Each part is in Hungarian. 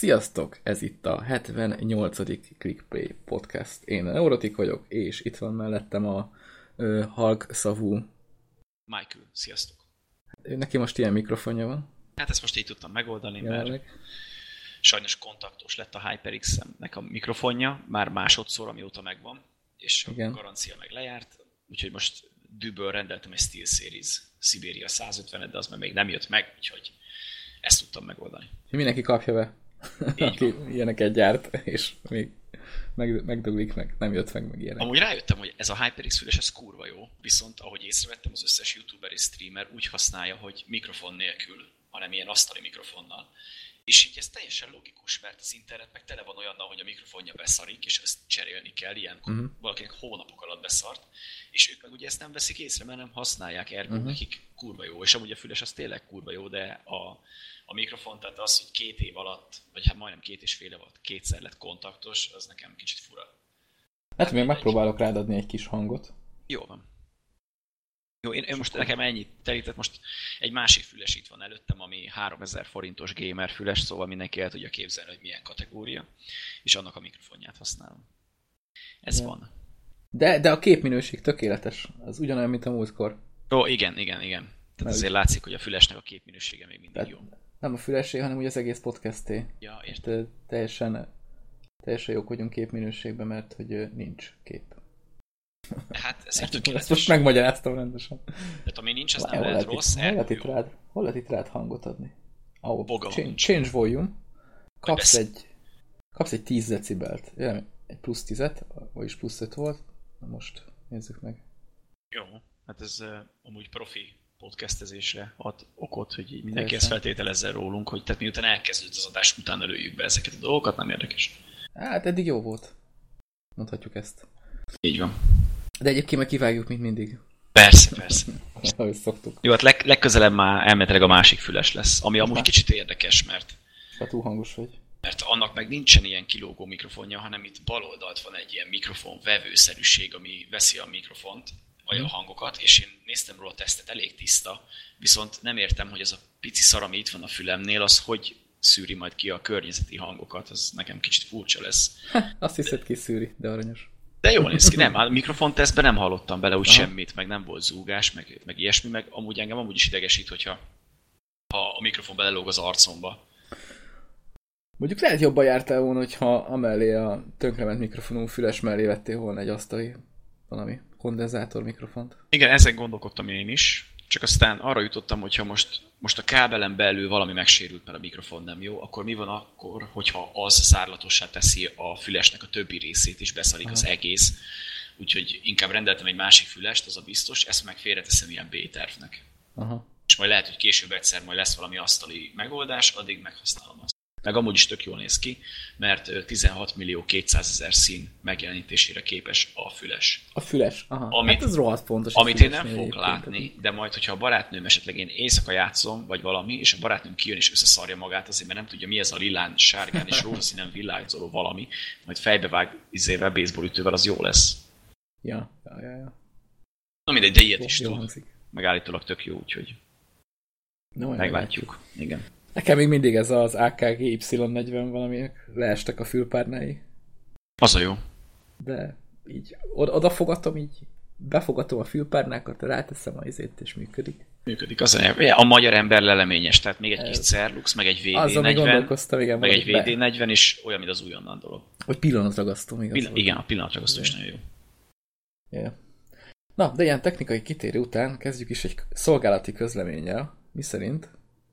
Sziasztok! Ez itt a 78. Clickplay Podcast. Én a Neurotik vagyok, és itt van mellettem a halkszavú Michael, sziasztok! Neki most ilyen mikrofonja van. Hát ezt most így tudtam megoldani, jelenleg. Mert sajnos kontaktos lett a HyperX-nek a mikrofonja, már másodszor, amióta megvan, és igen. A garancia meg lejárt, úgyhogy most dűből rendeltem egy SteelSeries Siberia 150-et, de az még nem jött meg, úgyhogy ezt tudtam megoldani. Mindenki kapja be, aki ilyeneket gyárt, és még megduglik meg, nem jött meg ilyenek. Amúgy rájöttem, hogy ez a HyperX füles, ez kurva jó, viszont ahogy észrevettem, az összes youtuber és streamer úgy használja, hogy mikrofon nélkül, hanem ilyen asztali mikrofonnal. És így ez teljesen logikus, mert az internet meg tele van olyannal, hogy a mikrofonja beszarik, és ezt cserélni kell, ilyen valakinek hónapok alatt beszart, és ők meg ugye ezt nem veszik észre, mert nem használják, ergo nekik kurva jó. És amúgy a füles az tényleg kurva jó, de a mikrofon, tehát az, hogy 2 év alatt, vagy hát majdnem 2,5 év alatt kétszer lett kontaktos, az nekem kicsit fura. Hát még megpróbálok rád adni egy kis hangot. Jó van. Jó, én most nekem ennyit terített, most egy másik füles itt van előttem, ami 3000 forintos gamer füles, szóval mindenki el tudja képzelni, hogy milyen kategória, és annak a mikrofonját használom. Ez ja. Van. De a képminőség tökéletes, az ugyanolyan, mint a múltkor. Ó, igen. Tehát azért látszik, hogy a fülesnek a képminősége még mindig jó. Nem a fülesé, hanem úgy az egész podcasté. Ja, értem. Teljesen jók vagyunk képminőségben, mert hogy nincs kép. Hát ezért tökéletes. Ezt most megmagyaráztam rendesen. Tehát ami nincs, az nem lehet rossz. Hol lehet itt rád hangot adni? Change volume. Kapsz egy 10 decibelt. Egy plusz 10-et, vagyis plusz 5 volt. Na most nézzük meg. Jó, hát ez amúgy profi podcastezésre ad okot, hogy így mindenki ezt feltételezze rólunk, hogy tehát miután elkezdődött az adás, utána lőjük be ezeket a dolgokat, nem érdekes. Hát eddig jó volt. Mondhatjuk ezt. Így van. De egyébként meg kivágjuk, mint mindig. Persze. Ahogy szoktuk. Jó, hát legközelebb már elméletileg a másik füles lesz, ami amúgy kicsit érdekes, mert... Hát túl hangos vagy. Mert annak meg nincsen ilyen kilógó mikrofonja, hanem itt bal oldalt van egy ilyen mikrofon vevőszerűség, ami veszi a mikrofont, vagy a hangokat, és én néztem róla a tesztet, elég tiszta, viszont nem értem, hogy ez a pici szar, ami itt van a fülemnél, az hogy szűri majd ki a környezeti hangokat, az nekem kicsit furcsa lesz. Azt hiszed kiszűri, de aranyos. De jól néz ki, nem, a mikrofontesztben nem hallottam bele úgy semmit, meg nem volt zúgás, meg ilyesmi, meg amúgy engem amúgy is idegesít, hogyha a mikrofon belelóg az arcomba. Mondjuk lehet jobban jártál volna, hogyha amellé a tönkrement mikrofonú füles mellé vettél volna egy asztali valami kondenzátor mikrofont. Igen, ezen gondolkodtam én is, csak aztán arra jutottam, hogyha most a kábelen belül valami megsérült, mert a mikrofon nem jó, akkor mi van akkor, hogyha az zárlatossá teszi a fülesnek a többi részét, és beszarik az egész. Úgyhogy inkább rendeltem egy másik fülest, az a biztos, ezt meg félreteszem ilyen B-tervnek. És majd lehet, hogy később egyszer majd lesz valami asztali megoldás, addig meghasználom azt. Meg amúgy is tök jól néz ki, mert 16.200.000 szín megjelenítésére képes a füles. A füles? Aha. Hát ez rohadt fontos. Amit én nem fogok látni, de majd, hogyha a barátnőm esetleg én éjszaka játszom, vagy valami, és a barátnőm kijön és összeszarja magát azért, mert nem tudja, mi ez a lilán, sárgán és rózsaszínen világzoló valami, majd fejbevág baseballütővel, az jó lesz. Ja. Na mindegy, de ilyet is tud. Meg állítólag tök jó, úgyhogy meglátjuk. Igen. Nekem még mindig ez az AKG Y40 valamiek leestek a fülpárnái. Az a jó. De így odafogatom, így befogatom a fülpárnákat, ráteszem a izét, és működik. Működik. A magyar ember leleményes, tehát még egy kis Cerlux, meg egy VD40, meg egy VD40 is olyan, mint az újonnan dolog. Hogy pillanatragasztó, igaz? Igen, a pillanatragasztó is nagyon jó. Yeah. Na, de ilyen technikai kitérő után kezdjük is egy szolgálati közleménnyel, miszerint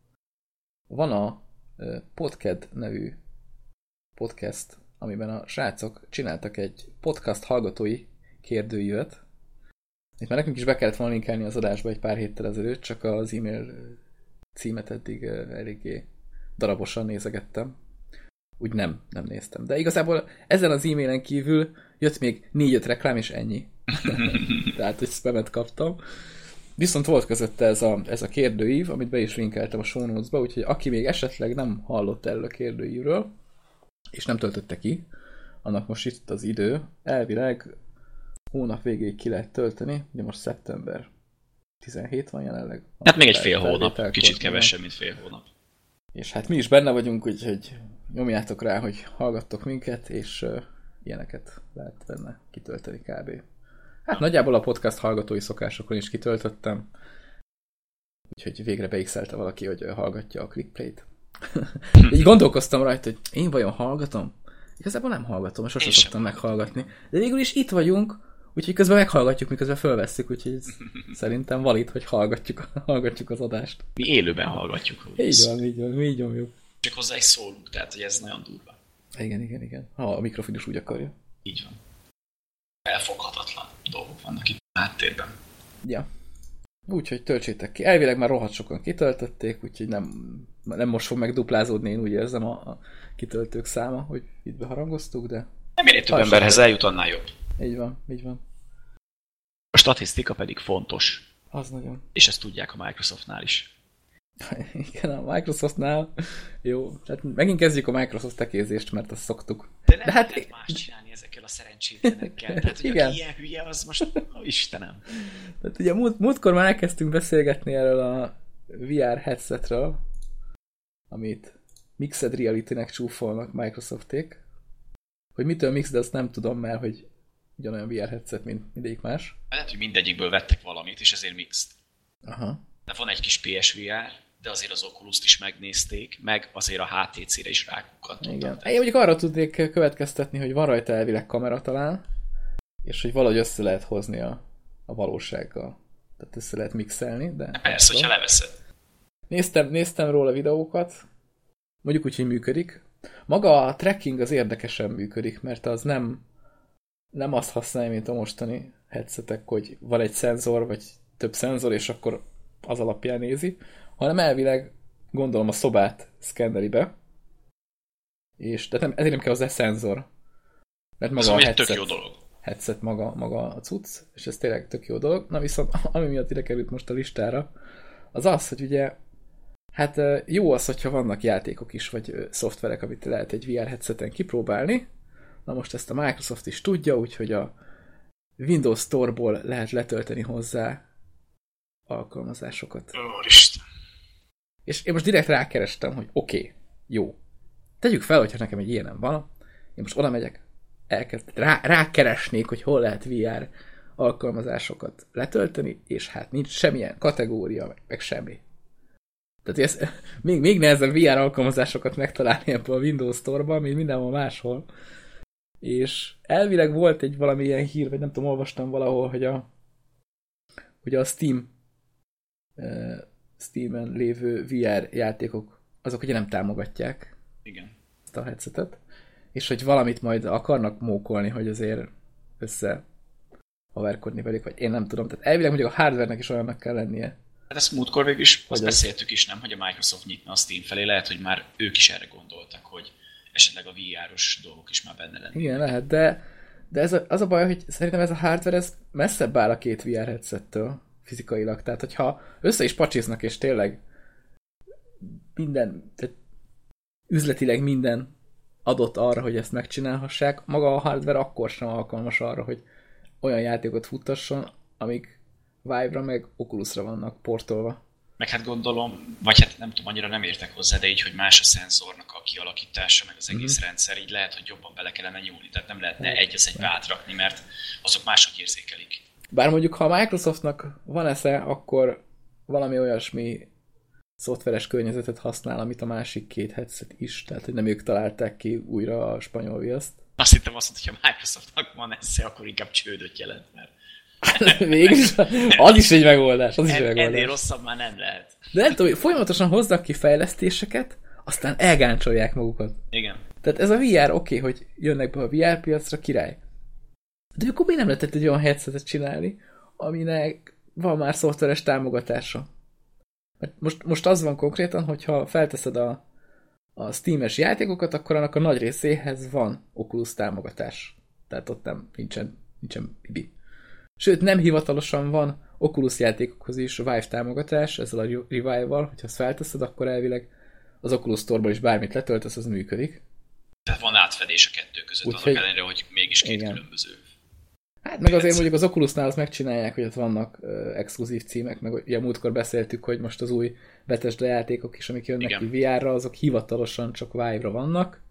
van a Podcast nevű podcast, amiben a srácok csináltak egy podcast hallgatói kérdőívet. Itt már nekünk is be kellett volna linkelni az adásba egy pár héttel ezelőtt, csak az e-mail címet eddig eléggé darabosan nézegettem. Úgy nem néztem. De igazából ezen az e-mailen kívül jött még 4-5 reklám, és ennyi. Tehát, hogy spamet kaptam. Viszont volt közötte ez a kérdőív, amit be is linkeltem a show notes-ba, úgyhogy aki még esetleg nem hallott erről a kérdőívről, és nem töltötte ki, annak most itt az idő, elvileg hónap végéig ki lehet tölteni, ugye most szeptember 17 van jelenleg. Hát még egy fél hónap, kicsit kevesebb, mint fél hónap. És hát mi is benne vagyunk, úgyhogy nyomjátok rá, hogy hallgattok minket, és ilyeneket lehet benne kitölteni kb. Hát nagyjából a podcast hallgatói szokásokon is kitöltöttem, úgyhogy végre beixelte valaki, hogy hallgatja a ClickPlay-t. Így gondolkoztam rajta, hogy én vajon hallgatom? Igazából nem hallgatom, és sosem szoktam meghallgatni. De végül is itt vagyunk, úgyhogy közben meghallgatjuk, miközben fölvesszük, úgyhogy ez szerintem valid, hogy hallgatjuk az adást. Mi élőben hallgatjuk. Így van, így nyomjuk. Csak hozzá is szólunk, tehát hogy ez nagyon durva. Igen. Ha a mikrofon is úgy akarja. Így van. Elfoghatatlan dolgok vannak itt a háttérben. Ja. Úgyhogy töltsétek ki. Elvileg már rohadt sokan kitöltötték, úgyhogy nem most fog megduplázódni, én úgy érzem a kitöltők száma, hogy itt beharangoztuk, de... Nem minél több emberhez eljut, annál jobb. Így van. A statisztika pedig fontos. Az nagyon. És ezt tudják a Microsoftnál is. Igen, a Microsoftnál jó. Tehát megint kezdjük a Microsoft tekézést, mert azt szoktuk. De nem hát lehet más csinálni ezekkel a szerencsétlenekkel. Tehát, hogy igen. Aki ilyen hülye, az most, Istenem. Tehát ugye múltkor már elkezdtünk beszélgetni erről a VR headsetről, amit Mixed Reality-nek csúfolnak Microsofték. Hogy mitől mixed, azt nem tudom, mert hogy ugyanolyan VR headset, mint mindegyik más. Lehet, hogy mindegyikből vettek valamit, és ezért mixed. Aha. De van egy kis PSVR, de azért az Oculus-t is megnézték, meg azért a HTC-re is rákukkantottak. Igen. Én mondjuk arra tudnék következtetni, hogy van rajta elvileg kamera talán, és hogy valahogy össze lehet hozni a valósággal. Tehát össze lehet mixelni, de... Persze, hogyha leveszed. Néztem róla videókat, mondjuk úgy, hogy működik. Maga a tracking az érdekesen működik, mert az nem azt használja, mint a mostani headsetek, hogy van egy szenzor, vagy több szenzor, és akkor az alapján nézi, hanem elvileg gondolom a szobát szkenneli be, és de ezért nem kell hozzá szenzor. Mert maga a headset, tök jó dolog. Headset maga a cucc, és ez tényleg tök jó dolog. Na viszont ami miatt ide került most a listára, az az, hogy ugye hát jó az, hogyha vannak játékok is, vagy szoftverek, amit lehet egy VR headseten kipróbálni. Na most ezt a Microsoft is tudja, úgyhogy a Windows Store-ból lehet letölteni hozzá alkalmazásokat. Úristen. És én most direkt rákerestem, hogy oké, jó. Tegyük fel, hogyha nekem egy ilyenem van, én most oda megyek, rákeresnék, hogy hol lehet VR alkalmazásokat letölteni, és hát nincs semmilyen kategória, meg semmi. Tehát ez, még nehezebb VR alkalmazásokat megtalálni ebből a Windows Store-ban, mint mindenhol máshol. És elvileg volt egy valamilyen hír, vagy nem tudom, olvastam valahol, hogy a Steam-en lévő VR játékok, azok ugye nem támogatják. Igen. Ezt a headsetet. És hogy valamit majd akarnak mókolni, hogy azért haverkodni velük, vagy én nem tudom. Tehát elvileg mondjuk a hardware-nek is olyannak kell lennie. Hát ezt múltkor végül is azt beszéltük is, nem, hogy a Microsoft nyitna a Steam felé, lehet, hogy már ők is erre gondoltak, hogy esetleg a VR-os dolgok is már benne lennének. Igen, lehet, de az a baj, hogy szerintem ez a hardware ez messzebb áll a két VR headsettől fizikailag. Tehát, hogyha össze is pacsiznak, és tényleg tehát üzletileg minden adott arra, hogy ezt megcsinálhassák, maga a hardware akkor sem alkalmas arra, hogy olyan játékot futtasson, amik Vive-ra meg Oculusra vannak portolva. Meg hát gondolom, vagy hát nem tudom, annyira nem értek hozzá, de így, hogy más a szenzornak a kialakítása, meg az egész rendszer, így lehet, hogy jobban bele kellene nyúlni. Tehát nem lehetne egy az egybe átrakni, mert azok máshogy érzékelik. Bár mondjuk, ha a Microsoftnak van esze, akkor valami olyasmi szoftveres környezetet használ, amit a másik két headset is. Tehát, hogy nem ők találták ki újra a spanyol viaszt. Azt hittem azt, hogy ha Microsoftnak van esze, akkor inkább csődöt jelent, mert... Végülis, az is egy megoldás. Ennél rosszabb már nem lehet. De nem tudom, folyamatosan hoznak ki fejlesztéseket, aztán elgáncsolják magukat. Igen. Tehát ez a VR oké, hogy jönnek be a VR piacra, király. De akkor miért nem lehetett egy olyan headsetet csinálni, aminek van már szoftveres támogatása? Mert most az van konkrétan, hogyha felteszed a Steam-es játékokat, akkor annak a nagy részéhez van Oculus támogatás. Tehát ott nincsen bibi. Sőt, nem hivatalosan van Oculus játékokhoz is Vive támogatás, ezzel a Revive-val, hogyha azt felteszed, akkor elvileg az Oculus Store-ból is bármit letöltesz, az működik. Tehát van átfedés a kettő között, annak ellenére, hogy mégis két különböző. Hát meg azért mondjuk az Oculusnál azt megcsinálják, hogy ott vannak exkluzív címek, meg ugye múltkor beszéltük, hogy most az új Bethesda játékok is, amik jönnek ki VR-ra, azok hivatalosan csak Vive-ra vannak,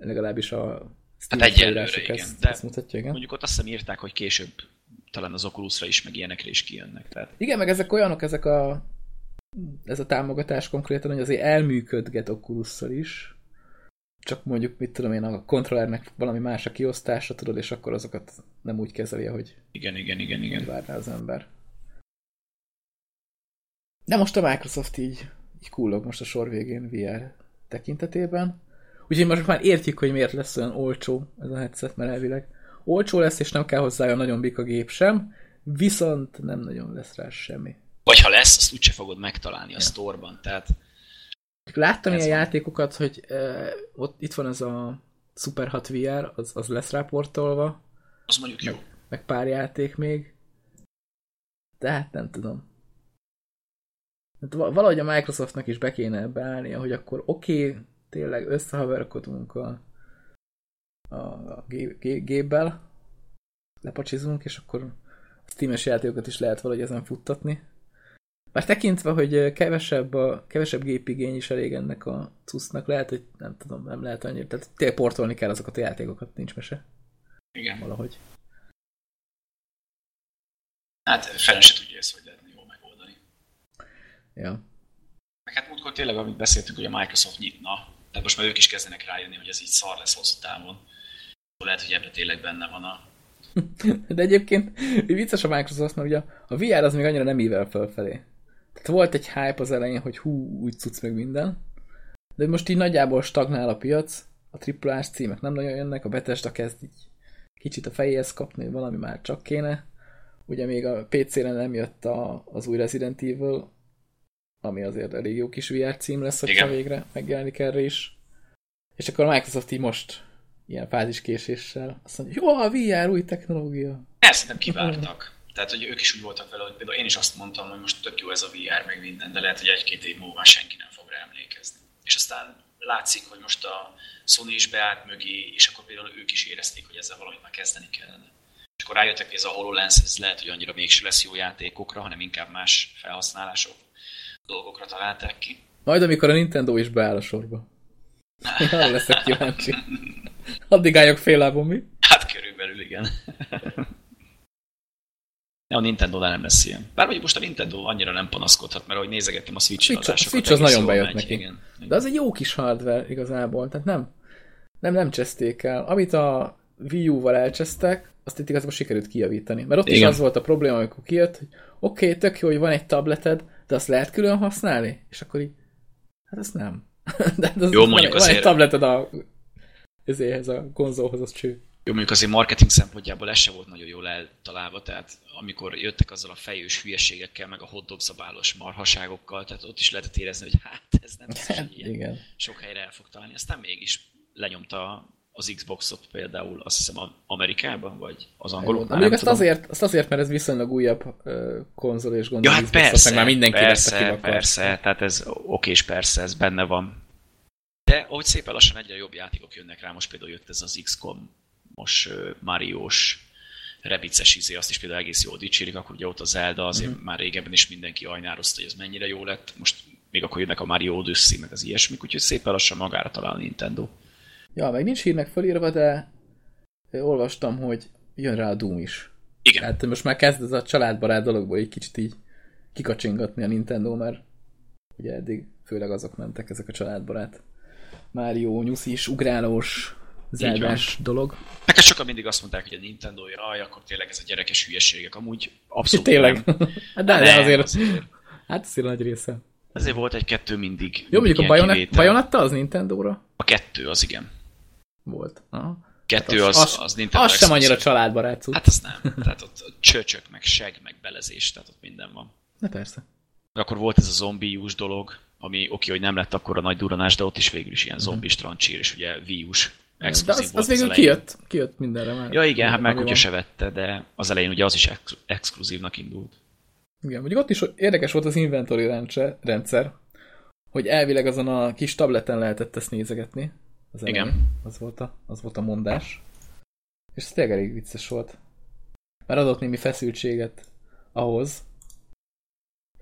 legalábbis a Hát egyelőre, igen. ezt mutatja, igen. Mondjuk ott azt hiszem írták, hogy később talán az Oculusra is, meg ilyenekre is kijönnek. Tehát... Igen, meg ezek olyanok, ez a támogatás konkrétan, hogy azért elműködget Oculusszal is, csak mondjuk, mit tudom én, a kontrollernek valami más a kiosztása, tudod, és akkor azokat nem úgy kezeli, hogy igen. várná az ember. De most a Microsoft így kullog most a sor végén VR tekintetében. Úgyhogy most már értjük, hogy miért lesz olyan olcsó ez a headset, mert elvileg olcsó lesz, és nem kell hozzá olyan nagyon bika gép sem, viszont nem nagyon lesz rá semmi. Vagy ha lesz, azt úgyse fogod megtalálni a sztorban, tehát... Láttam ilyen játékokat, hogy ott itt van ez a Super 6 VR, az lesz ráportolva. Az mondjuk jó. Meg pár játék még. De hát nem tudom. Hát valahogy a Microsoftnak is be kéne beállnia, hogy akkor oké, tényleg összehaverkodunk a géppel, lepacsizunk, és akkor a Steam-es játékokat is lehet valahogy ezen futtatni. Bár tekintve, hogy kevesebb gépigény is elég ennek a cuccnak, lehet, hogy nem tudom, nem lehet annyira. Tehát tényleg portolni kell azokat a játékokat, nincs mese. Igen. Valahogy. Hát fele se tudja ezt, hogy lehetne jól megoldani. Ja. Meg hát múltkor tényleg, amit beszéltünk, hogy a Microsoft nyitna, tehát most már ők is kezdenek rájönni, hogy ez így szar lesz hosszú távon. Lehet, hogy ebben tényleg benne van a... De egyébként vicces a Microsoft, mert ugye a VR az még annyira nem ível fölfelé. Tehát volt egy hype az elején, hogy úgy cucc meg minden, de most így nagyjából stagnál a piac, a AAA-s címek nem nagyon jönnek, a Bethesda kezd így kicsit a fejéhez kapni, valami már csak kéne. Ugye még a PC-re nem jött az új Resident Evil, ami azért elég jó kis VR cím lesz, hogyha végre megjelenik erre is. És akkor a Microsoft így most ilyen fáziskéséssel azt mondja, jó, a VR új technológia. Ezt nem kivártak. Tehát, hogy ők is úgy voltak vele, hogy például én is azt mondtam, hogy most tök jó ez a VR, meg minden, de lehet, hogy egy-két év múlva senki nem fog rá emlékezni. És aztán látszik, hogy most a Sony is beállt mögé, és akkor például ők is érezték, hogy ezzel valamit már kezdeni kellene. És akkor rájöttek, hogy ez a HoloLens, ez lehet, hogy annyira mégse lesz jó játékokra, hanem inkább más felhasználások dolgokra találták ki. Majd amikor a Nintendo is beáll a sorba. Arra leszek kíváncsi. Addig álljak fél lábon, mi? Hát körülbelül igen. A Nintendo-nál nem lesz ilyen. Bár mondjuk most a Nintendo annyira nem panaszkodhat, mert ahogy nézegettem a Switch adásokat. A Switch az nagyon bejött megy, neki. Igen. De az egy jó kis hardware igazából, tehát nem cseszték el. Amit a Wii U-val elcsesztek, azt itt igazából sikerült kijavítani. Mert ott is az volt a probléma, amikor kijött, hogy oké, tök jó, hogy van egy tableted, de azt lehet külön használni? És akkor így, hát azt nem. De hát jó, mondjuk van egy tableted ezéhez a konzolhoz, az cső. Jó, mondjuk azért marketing szempontjából ez se volt nagyon jól eltalálva, tehát amikor jöttek azzal a fejős hülyeségekkel, meg a hotdog-zabálos marhaságokkal, tehát ott is lehetett érezni, hogy hát ez nem biztos, hogy ilyen igen. Sok helyre el fog találni. Aztán mégis lenyomta az Xboxot például, azt hiszem Amerikában, vagy az angolok. Azt azért, mert ez viszonylag újabb konzol, és gondolom, ja, hát persze, meg már mindenki persze, tehát ez okés, persze, ez benne van. De ahogy szépen lassan egyre jobb játékok jönnek rá, most például jött ez az XCOM, most Mariós, Rabbids-es izé, azt is például egész jól dicsérik, akkor ugye ott a Zelda, azért már régebben is mindenki ajnározta, hogy ez mennyire jó lett, most még akkor jönnek a Mario Odyssey, meg az ilyesmik, úgyhogy szépen lassan magára talál a Nintendo. Ja, meg nincs hírnek felírva, de olvastam, hogy jön rá a Doom is. Igen. Tehát most már kezd ez a családbarát dologból egy kicsit így kikacsingatni a Nintendo, mert ugye eddig főleg azok mentek, ezek a családbarát Mario, nyuszis, ugrálós, zeldás dolog. Neked sokan mindig azt mondták, hogy a Nintendo, jaj, akkor tényleg ez a gyerekes hülyeségek. Amúgy abszolút tényleg. Nem. Hát de azért. Hát azért nagy része. Ezért volt egy-kettő mindig. Jó, mondjuk a Bayonetta az Nintendo-ra? A 2 az igen. Volt. Aha. 2 hát az Nintendo. Az sem annyira családbarát cucc. Hát az nem. Tehát ott csöcsök, meg seg, meg belezés, tehát ott minden van. Na persze. Akkor volt ez a zombius dolog, ami oké, hogy nem lett akkor a nagy duranás, de ott is végül is ilyen zombis trancsír, és ugye Wii-us exkluzív volt. Az végül kijött mindenre már. Ja igen, hát már kutya se vette, de az elején ugye az is exkluzívnak indult. Igen, mondjuk ott is érdekes volt az inventory rendszer, hogy elvileg azon a kis tableten lehetett ezt nézegetni. Az elején. Igen. Az volt a mondás. És ez tényleg elég vicces volt. Mert adott némi feszültséget ahhoz.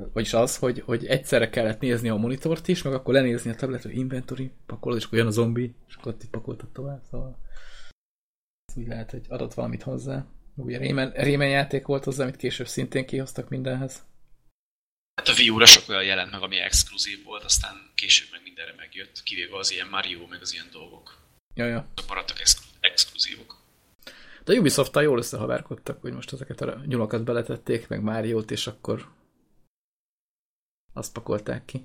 vagyis az, hogy egyszerre kellett nézni a monitort is, meg akkor lenézni a tabletre, inventory, pakolod, és akkor jön a zombi, és akkor ott itt pakoltad tovább, szóval ez úgy lehet, hogy adott valamit hozzá. Ugye Rayman játék volt hozzá, amit később szintén kihoztak mindenhez. Hát a Wii U-ra sok olyan jelent meg, ami exkluzív volt, aztán később meg mindenre megjött, kivéve az ilyen Mario, meg az ilyen dolgok. Ja. Maradtak exkluzívok. De a Ubisoft-tal jól összehavárkodtak, hogy most ezeket a nyulakat beletették, meg Máriót, és akkor azt pakolták ki.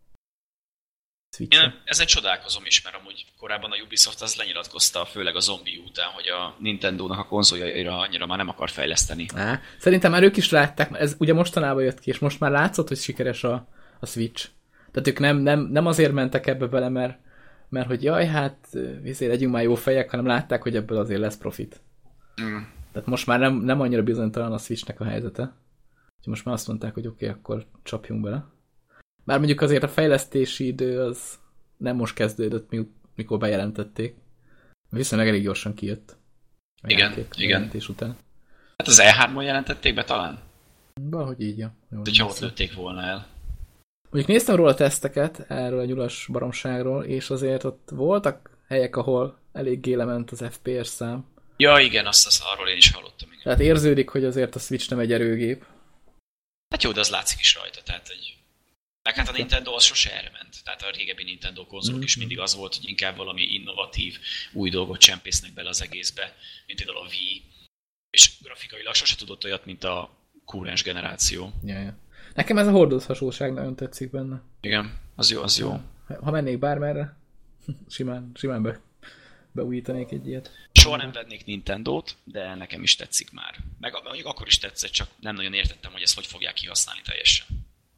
Én ezen csodálkozom is, mert amúgy korábban a Ubisoft az lenyilatkozta, főleg a zombi után, hogy a Nintendo-nak a konzoljaira annyira már nem akar fejleszteni. Szerintem már ők is látták, ez ugye mostanában jött ki, és most már látszott, hogy sikeres a Switch. Tehát ők nem azért mentek ebbe bele, mert hogy jaj, hát legyünk már jó fejek, hanem látták, hogy ebből azért lesz profit. Tehát most már nem annyira bizonytalan a Switchnek a helyzete. Úgyhogy most már azt mondták, hogy oké, akkor csapjunk bele. Bár mondjuk azért a fejlesztési idő az nem most kezdődött, mikor bejelentették. Viszonylag elég gyorsan kijött. Igen. Után. Hát az E3-on jelentették be talán? Valahogy így, ja. Hogyha ott lőtték volna el. Mondjuk néztem róla teszteket, erről a nyulas baromságról, és azért ott voltak helyek, ahol eléggé lement az FPS szám. Ja, igen, azt arról én is hallottam. Igen. Tehát érződik, hogy azért a Switch nem egy erőgép. Hát jó, de az látszik is rajta, tehát meg hát a Nintendo az sose erre ment. Tehát a régebbi Nintendo konzolok is mindig az volt, hogy inkább valami innovatív, új dolgot csempésznek bele az egészbe, mint például a Wii. És grafikailag sose tudott olyat, mint a kurrens generáció. Ja. Nekem ez a hordozhatóság nagyon tetszik benne. Igen, az jó. Ha mennék bármerre, simán beújítanék egy ilyet. Soha nem vennék Nintendót, de nekem is tetszik már. Meg mondjuk akkor is tetszett, csak nem nagyon értettem, hogy ezt hogy fogják kihasználni teljesen.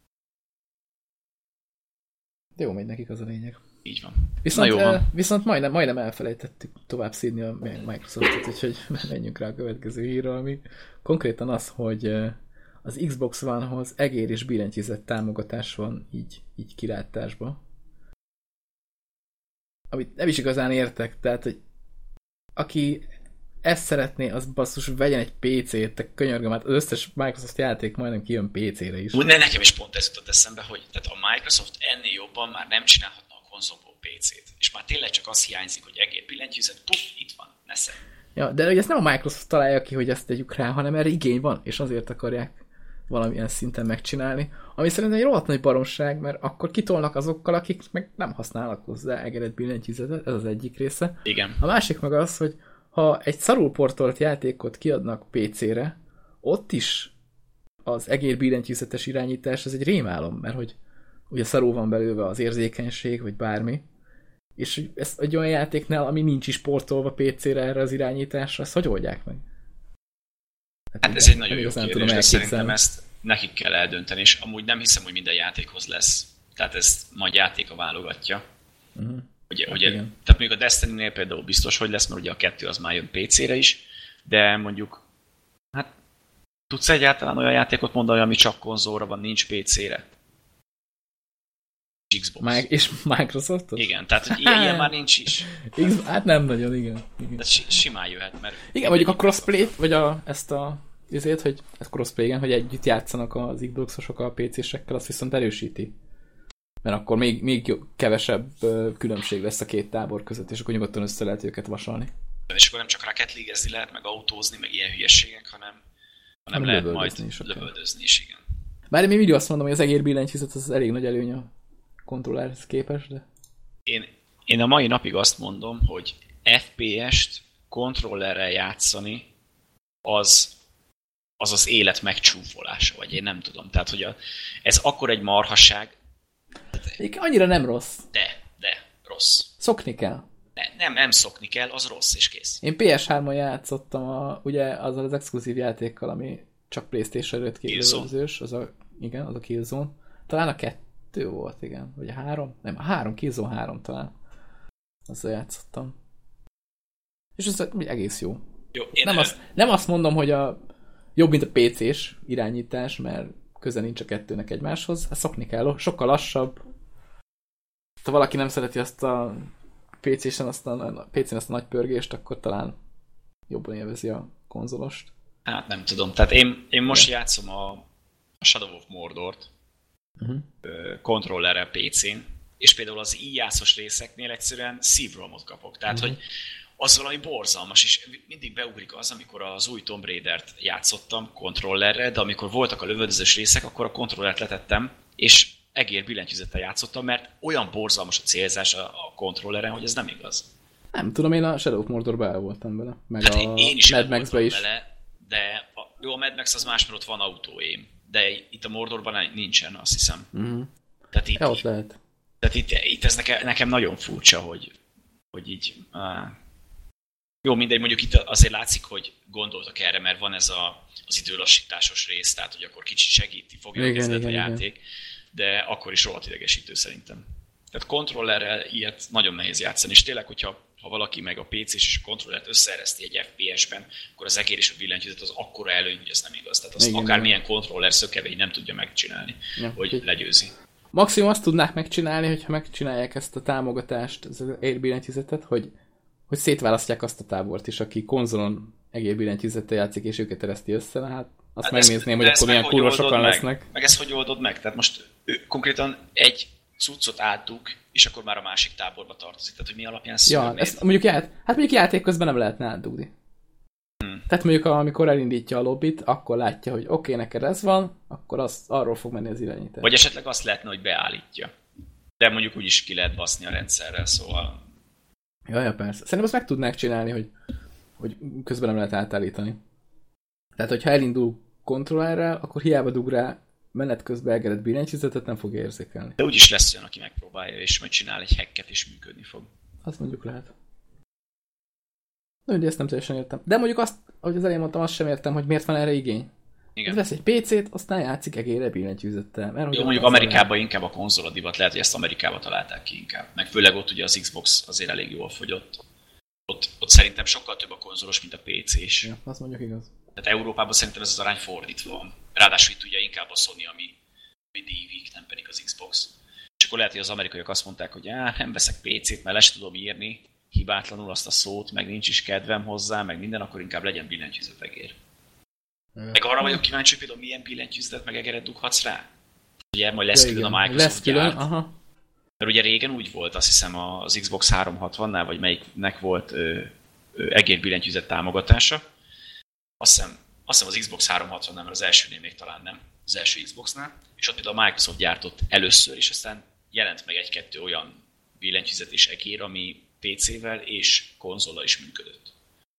De jó megy nekik, az a lényeg. Így van. Viszont majdnem elfelejtettük tovább szídni a Microsoftot, úgyhogy menjünk rá a következő hírra, ami konkrétan az, hogy az Xbox One-hoz egér és billentyűzet támogatás van így kilátásba. Amit nem is igazán értek, tehát, hogy aki ezt szeretné, az basszus, vegyen egy PC-t, te könyörgöm, hát az összes Microsoft játék majdnem kijön PC-re is. Nekem is pont ez jutott eszembe, hogy tehát a Microsoft ennél jobban már nem csinálhatna a konzolból PC-t. És már tényleg csak az hiányzik, hogy egér billentyűzet, puff, itt van, nesze. Ja, de hogy ezt nem a Microsoft találja ki, hogy ezt tegyük rá, hanem erre igény van, és azért akarják valamilyen szinten megcsinálni. Ami szerintem egy rohadt nagy baromság, mert akkor kitolnak azokkal, akik meg nem használnak hozzá egeret billentyűzetet, ez az egyik része. Igen. A másik meg az, hogy ha egy szarul portolt játékot kiadnak PC-re, ott is az egér billentyűzetes irányítás, ez egy rémálom, mert hogy ugye szarul van belőle az érzékenység, vagy bármi, és ez egy olyan játéknál, ami nincs is portolva PC-re erre az irányításra, ezt hogy oldják meg? Hát ez egy nagyon jó kérdés, de szerintem ezt nekik kell eldönteni, és amúgy nem hiszem, hogy minden játékhoz lesz. Tehát ezt majd játéka válogatja. Ugye, tehát még a Destiny-nél például biztos, hogy lesz, mert ugye a 2 az már jön PC-re is, de mondjuk, hát tudsz egyáltalán olyan játékot mondani, ami csak konzolra van, nincs PC-re? Xbox. És Microsoftos? Igen, tehát hogy ilyen már nincs is. Hát nem nagyon, igen. De simán jöhet, mert... Igen, mondjuk a crossplay-t, vagy ezért, hogy ez crossplay, igen, hogy együtt játszanak az Xbox-osok a PC-sekkel, azt viszont erősíti. Mert akkor még kevesebb különbség lesz a két tábor között, és akkor nyugodtan össze lehet őket vasalni. És akkor nem csak Rocket League-ezni lehet, meg autózni, meg ilyen hülyességek, hanem lehet majd lövöldözni is, igen. Bár én még mindig azt mondom, hogy az egér billentyűzet az elég nagy előny a kontrollerhez képest, de... Én a mai napig azt mondom, hogy FPS-t kontrollerrel játszani az élet megcsúfolása, vagy én nem tudom. Tehát, hogy ez akkor egy marhasság. Annyira nem rossz. De rossz. Szokni kell. Nem szokni kell, az rossz, és kész. Én PS3-on játszottam ugye azzal az exkluzív játékkal, ami csak PlayStation 5 képzőzős, az a Killzone. Talán a 2 volt, igen. Vagy a 3? Nem, a 3, Killzone 3 talán. Azzal játszottam. És ez egész jó. Nem azt mondom, hogy jobb, mint a PC-s irányítás, mert köze nincs a kettőnek egymáshoz. Hát szokni kell, sokkal lassabb. Ha valaki nem szereti azt a PC-n azt a nagy pörgést, akkor talán jobban élvezi a konzolost. Hát nem tudom. Tehát én most játszom a Shadow of Mordort, kontrollerrel PC-n, és például az íjászos részeknél egyszerűen szívrohamot kapok. Tehát, hogy az valami borzalmas, és mindig beugrik az, amikor az új Tomb Raider-t játszottam kontrollerre, de amikor voltak a lövöldözős részek, akkor a kontrollert letettem, és egér billentyűzettel játszottam, mert olyan borzalmas a célzás a kontrolleren, hogy ez nem igaz. Nem tudom, én a Shadow of Mordorba el voltam vele, meg hát a én is Mad Max-be is. Vele, de jó, a Mad Max az más, mert ott van autóém, de itt a Mordorban nincsen, azt hiszem. Tehát itt, ott lehet. Tehát itt ez nekem nagyon furcsa, hogy így... Jó, mindegy, mondjuk itt azért látszik, hogy gondoltak erre, mert van ez az időlassításos rész, tehát hogy akkor kicsit segíti fogja kezdet a játék, de akkor is rohadt idegesítő szerintem. Tehát kontrollerrel ilyet nagyon nehéz játszani, és tényleg, hogyha valaki meg a PC-s és a kontrollert összeereszti egy FPS-ben, akkor az egér és a billentyűzet az akkora előny, hogy ez nem igaz. Tehát azt akármilyen kontroller szökevény nem tudja megcsinálni, hogy legyőzi. Maximum azt tudnák megcsinálni, hogyha megcsinálják ezt a támogatást, az egérbillentyűzetet, hogy szétválasztják azt a tábort is, aki konzolon egérbillentyűzettel játszik, és őket ereszti össze, hát azt megnézném, hogy akkor milyen kurva sokan lesznek. Meg ezt hogy oldod meg? Tehát most konkrétan egy cuccot átdug, és akkor már a másik táborba tartozik. Tehát, hogy mi alapján szűrnéd? Ja, ezt mondjuk játék közben nem lehetne átdugni. Tehát mondjuk, amikor elindítja a lobbit, akkor látja, hogy oké, neked ez van, akkor arról fog menni az irányítás. Vagy esetleg azt lehetne, hogy beállítja. De mondjuk úgyis ki lehet baszni a rendszerrel, szóval... Ja, persze. Szerintem azt meg tudnák csinálni, hogy közben nem lehet átállítani. Tehát, hogyha elindul kontrollerrel, akkor hiába dug rá menet közben egered billentyűzetet, nem fogja érzékelni. De úgyis lesz olyan, aki megpróbálja, és majd csinál egy hacket, és működni fog. Azt mondjuk lehet. De ezt nem teljesen értem. De mondjuk azt, ahogy az elején mondtam, azt sem értem, hogy miért van erre igény. Igen. Vesz egy PC-t, aztán játszik egérre billentyűzettel. Mert jó, mondjuk Amerikában inkább a konzol a divat, lehet, hogy ezt Amerikában találták ki inkább. Meg főleg ott ugye az Xbox azért elég jól fogyott. Ott szerintem sokkal több a konzolos, mint a PC-s. Ja, azt mondjuk igaz. Tehát Európában szerintem ez az arány fordítva van. Ráadásul itt ugye inkább a Sony, ami dívik, nem pedig az Xbox. És akkor lehet, hogy az amerikaiak azt mondták, hogy nem veszek PC-t, mert le sem tudom írni hibátlanul azt a szót, meg nincs is kedvem hozzá, meg minden, akkor inkább legyen billentyűzet egér. Meg arra vagyok kíváncsi, hogy például milyen billentyűzetet meg egeret dughatsz rá. Ugye majd lesz külön a Microsoft gyárt. Mert ugye régen úgy volt, azt hiszem az Xbox 360-nál, vagy melyiknek volt egér billentyűzet támogatása. Azt hiszem az Xbox 360-nál, mert az elsőnél még talán nem, az első Xboxnál. És ott például a Microsoft gyártott először, és aztán jelent meg egy-kettő olyan billentyűzet és egér, ami PC-vel és konzollal is működött.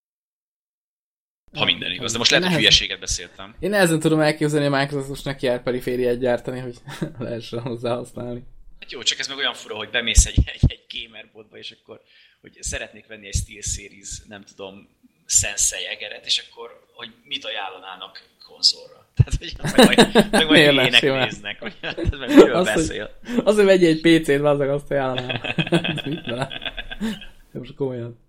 Ha minden igaz, de most lehet, hogy hülyeséget beszéltem. Én nehezen tudom elképzelni, hogy a Microsoft most neki jár perifériát gyártani, hogy lehessen hozzá használni. Hát jó, csak ez meg olyan fura, hogy bemész egy gamerbotba, és akkor, hogy szeretnék venni egy SteelSeries, nem tudom, Sensei egeret, és akkor, hogy mit ajánlanának konzolra. Tehát, hogy meg majd ilyenek néznek, hogy meg miről beszél. Az, hogy vegyél egy PC-t, azzal azt ajánlanám. Mit vele? Most komolyan.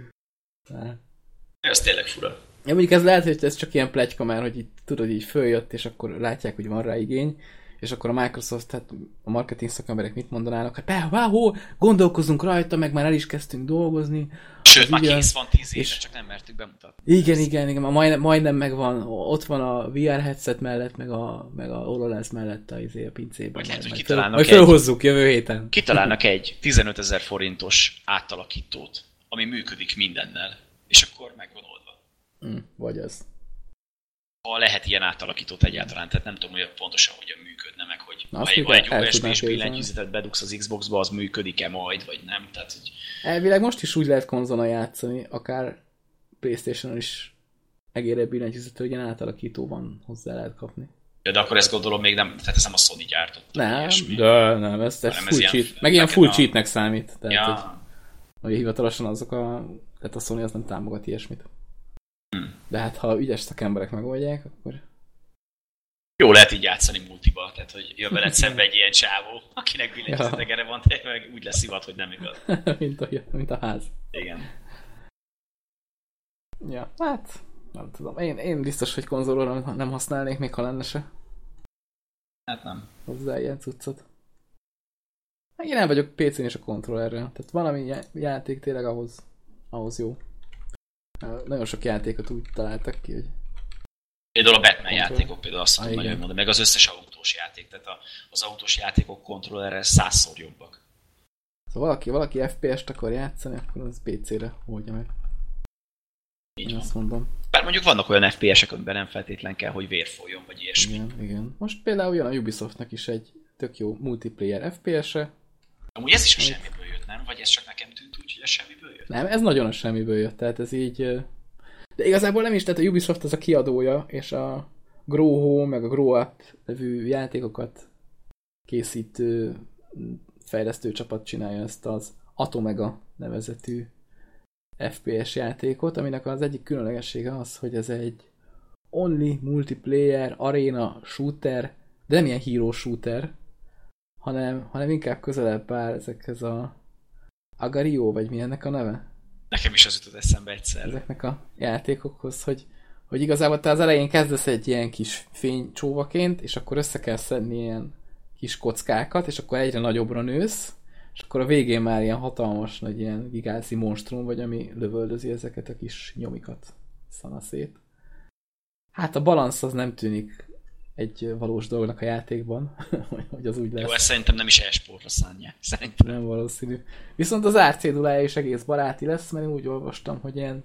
Ez tényleg fura. Ja, mondjuk ez lehet, hogy ez csak ilyen pletyka már, hogy így, tudod, így följött, és akkor látják, hogy van rá igény, és akkor a Microsoft, tehát a marketing szakemberek mit mondanának? Hát gondolkozunk rajta, meg már el is kezdtünk dolgozni. Sőt, már kész van 10 éve, csak nem mertük bemutatni. Igen, majdnem megvan, ott van a VR headset mellett, meg a HoloLens mellett a pincében. Vagy lehet, hogy kitalálnak fölhozzuk jövő héten. Kitalálnak egy 15 000 forintos átalakítót, ami működik mindennel, és akkor megvan oldva. Vagy az. Ha lehet ilyen átalakítót egyáltalán, tehát nem tudom, hogy pontosan hogyan működne, meg hogy ha egy USB-s billentyűzetet bedugsz az Xboxba, az működik-e majd, vagy nem. Tehát, hogy... Elvileg most is úgy lehet konzolon játszani, akár PlayStation-on is egérre billentyűzetet, hogy ilyen átalakító van, hozzá lehet kapni. Ja, de akkor ezt gondolom még nem, tehát ez nem a Sony gyártott. Nem, ez full cheat. Meg ilyen full cheatnek számít. Tehát, hogy hivatalosan tehát a Sony az nem támogat ilyesmit. De hát ha ügyes szakemberek megoldják, akkor... Jó lehet így játszani multiba, tehát hogy jön veled szembe egy ilyen csávó, akinek billentyűzetegere van, de meg úgy lesz szivat, hogy nem igaz. mint a ház. Igen. Ja, hát nem tudom. Én biztos, hogy konzolról nem használnék, még ha lenne se. Hát nem. Hozzá ilyen cuccot. Én nem vagyok PC-n és a kontrollerrel. Tehát valami játék tényleg ahhoz jó. Nagyon sok játékot úgy találtak ki, hogy Például a Batman Control. játékok, például azt tudom Igen. nagyon mondani, meg az összes autós játék, tehát az autós játékok kontrollerrel 100-szor jobbak. Szóval valaki FPS-t akar játszani, akkor az PC-re oldja meg. Így Én van. azt mondom. Bár mondjuk vannak olyan FPS-ek, amiben nem feltétlen kell, hogy vér folyjon, vagy ilyesmi. Igen. Most például jön a Ubisoftnak is egy tök jó multiplayer FPS-e. Amúgy ez is a semmiből jött, nem? Vagy ez csak nekem tűnt úgy, hogy a semmiből jött? Nem, ez nagyon a semmiből jött, tehát ez így... De igazából nem is, tehát a Ubisoft az a kiadója, és a Grow meg a Grow Up nevű játékokat készítő fejlesztő csapat csinálja ezt az Atomega nevezetű FPS játékot, aminek az egyik különlegessége az, hogy ez egy only multiplayer arena shooter, de nem ilyen hero shooter, hanem inkább közelebb áll ezekhez a Agario, vagy mi ennek a neve? Nekem is az jutott eszembe egyszer. Ezeknek a játékokhoz, hogy igazából te az elején kezdesz egy ilyen kis fénycsóvaként, és akkor össze kell szedni ilyen kis kockákat, és akkor egyre nagyobbra nősz, és akkor a végén már ilyen hatalmas, nagy ilyen gigázi monstrum vagy, ami lövöldözi ezeket a kis nyomikat szanaszét. Hát a balansz az nem tűnik egy valós dolognak a játékban, hogy az úgy lesz. Jó, ezt szerintem nem is e-sportra szánják. Szerintem. Nem valószínű. Viszont az árcédulája is egész baráti lesz, mert én úgy olvastam, hogy ilyen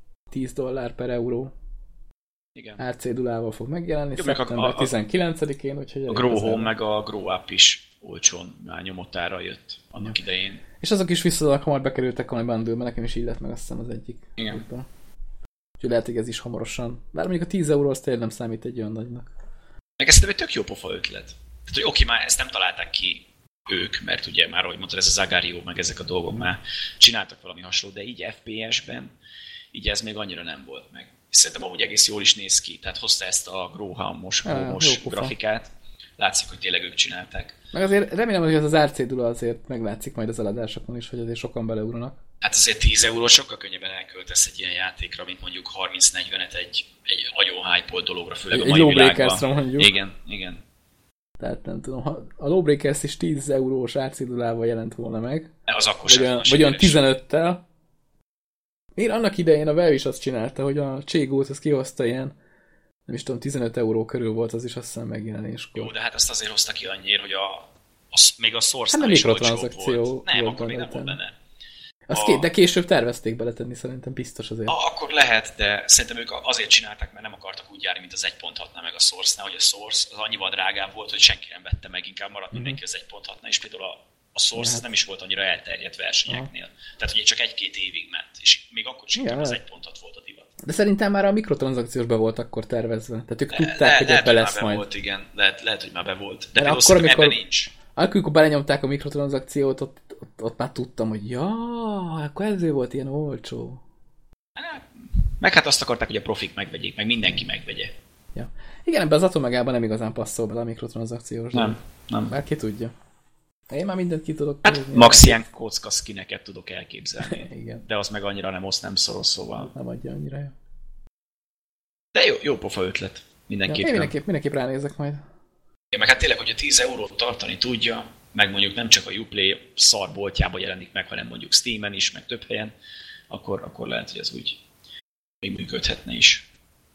$10 per euró Igen. árcédulával fog megjelenni, Jó, meg szeptember 19-én, úgyhogy... A Grow Home meg a Grow Up is olcsón már nyomottára jött annak idején. És azok is visszaadnak, hamar bekerültek valami bundle-be, nekem is így lett meg azt hiszem az egyik. Igen. Útban. Úgyhogy lehet, hogy ez is hamarosan. Bár mondjuk a 10 euró az tényleg nem számít egy olyan nagynak. Meg ez szerintem egy tök jó pofa ötlet. Tehát, hogy oké, már ezt nem találták ki ők, mert ugye már, ahogy mondtad, ez az Agario, meg ezek a dolgok már csináltak valami hasonló, de így FPS-ben így ez még annyira nem volt meg. És szerintem amúgy egész jól is néz ki. Tehát hozta ezt a Growhouse-os grafikát. Látszik, hogy tényleg ők csinálták. Meg azért remélem, hogy ez az árcédula azért meglátszik majd az eladásokon is, hogy azért sokan beleugranak. Hát azért 10 euró sokkal könnyebben elköltesz egy ilyen játékra, mint mondjuk 30-40-et egy nagyon hype dologra, főleg egy a mai Lawbreakers-ra világban. mondjuk. Igen. Tehát nem tudom, ha a Lawbreakers is 10 eurós árcédulával jelent volna meg, Az akkor vagy olyan 15-tel. Én annak idején a Valve is azt csinálta, hogy a Cségót azt kihozta ilyen, nem is tudom, 15 euró körül volt az is azt hiszem megjelenéskor. Jó, de hát azt azért hozta ki annyira, hogy még a Source-nál nem is olcsóbb mikrotranszakció volt. Nem, volt akkor még nem benne. volt benne. De később tervezték beletenni, szerintem biztos azért. Akkor lehet, de szerintem ők azért csinálták, mert nem akartak úgy járni, mint az 1.6-nál meg a Source-nál, hogy a Source az annyival drágább volt, hogy senki nem vette meg, inkább maradt mindenki az 1.6-nál, és például a Source az nem is volt annyira elterjedt versenyeknél. Tehát ugye csak 1-2 évig ment, és még akkor is inkább az 1.6 volt a divat. De szerintem már a mikrotranszakciós be volt akkor tervezve. Tehát ők tudták, hogy ebbe lesz majd. Volt, igen. Lehet, hogy már be volt. De akkor, például ebben nincs. Amikor belenyomták a mikrotranszakciót, ott már tudtam, hogy akkor ezért volt ilyen olcsó. Meg hát azt akarták, hogy a profik megvegyék, meg mindenki megvegye. Ja. Igen, ebben az Atomegában nem igazán passzol bele a mikrotranszakciós. Nem. Bár ki tudja. Én már mindent ki tudok. Hát max ilyen kocka skineket tudok elképzelni. Igen. De az meg annyira nem szoros, szóval. Nem adja annyira jó. De jó pofa ötlet. Mindenképpen. Ja, mindenképp ránézek majd. Ja, meg hát tényleg, hogy a 10 eurót tartani tudja, meg mondjuk nem csak a Uplay szarboltjában jelenik meg, hanem mondjuk Steamen is, meg több helyen, akkor lehet, hogy ez úgy még működhetne is.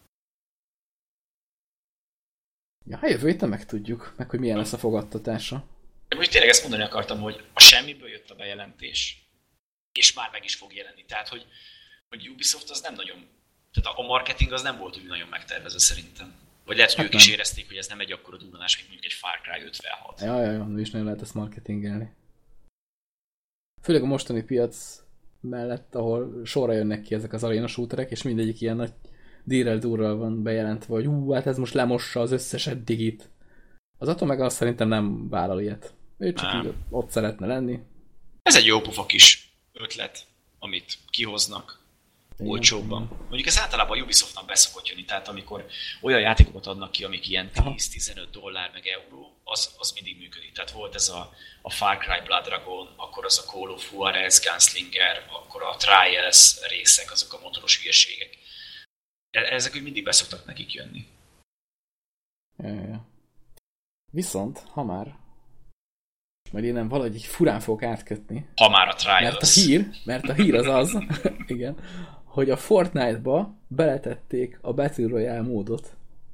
Ja, a jövő héten megtudjuk, meg hogy milyen lesz a fogadtatása. De most tényleg ezt mondani akartam, hogy a semmiből jött a bejelentés, és már meg is fog jelenni. Tehát, hogy Ubisoft az nem nagyon... Tehát a marketing az nem volt úgy nagyon megtervezve szerintem. Vagy lehet, hogy ők is érezték, hogy ez nem egy akkora durranás, mint mondjuk egy Far Cry 56. Ja, is nagyon lehet ezt marketingelni. Főleg a mostani piac mellett, ahol sorra jönnek ki ezek az arena shooterek, és mindegyik ilyen nagy dírrel durral van bejelentve, hogy hát ez most lemossa az összes eddigit. Az Atomega azt szerintem nem vállal ilyet. Ő csak így ott szeretne lenni. Ez egy jó pofa kis ötlet, amit kihoznak olcsóbban. Mondjuk ez általában a Ubisoftnak beszokott jönni, tehát amikor olyan játékokat adnak ki, amik ilyen $10-15 meg euró, az mindig működik. Tehát volt ez a Far Cry Blood Dragon, akkor az a Call of Juarez Gunslinger, akkor a Trials részek, azok a motoros hülyeségek. Ezek úgy mindig beszoktak nekik jönni. Ja. Viszont, ha már majd én nem valahogy így furán fogok átkötni. Ha már a Trials. Mert a hír az, igen, hogy a Fortnite-ba beletették a Battle Royale módot.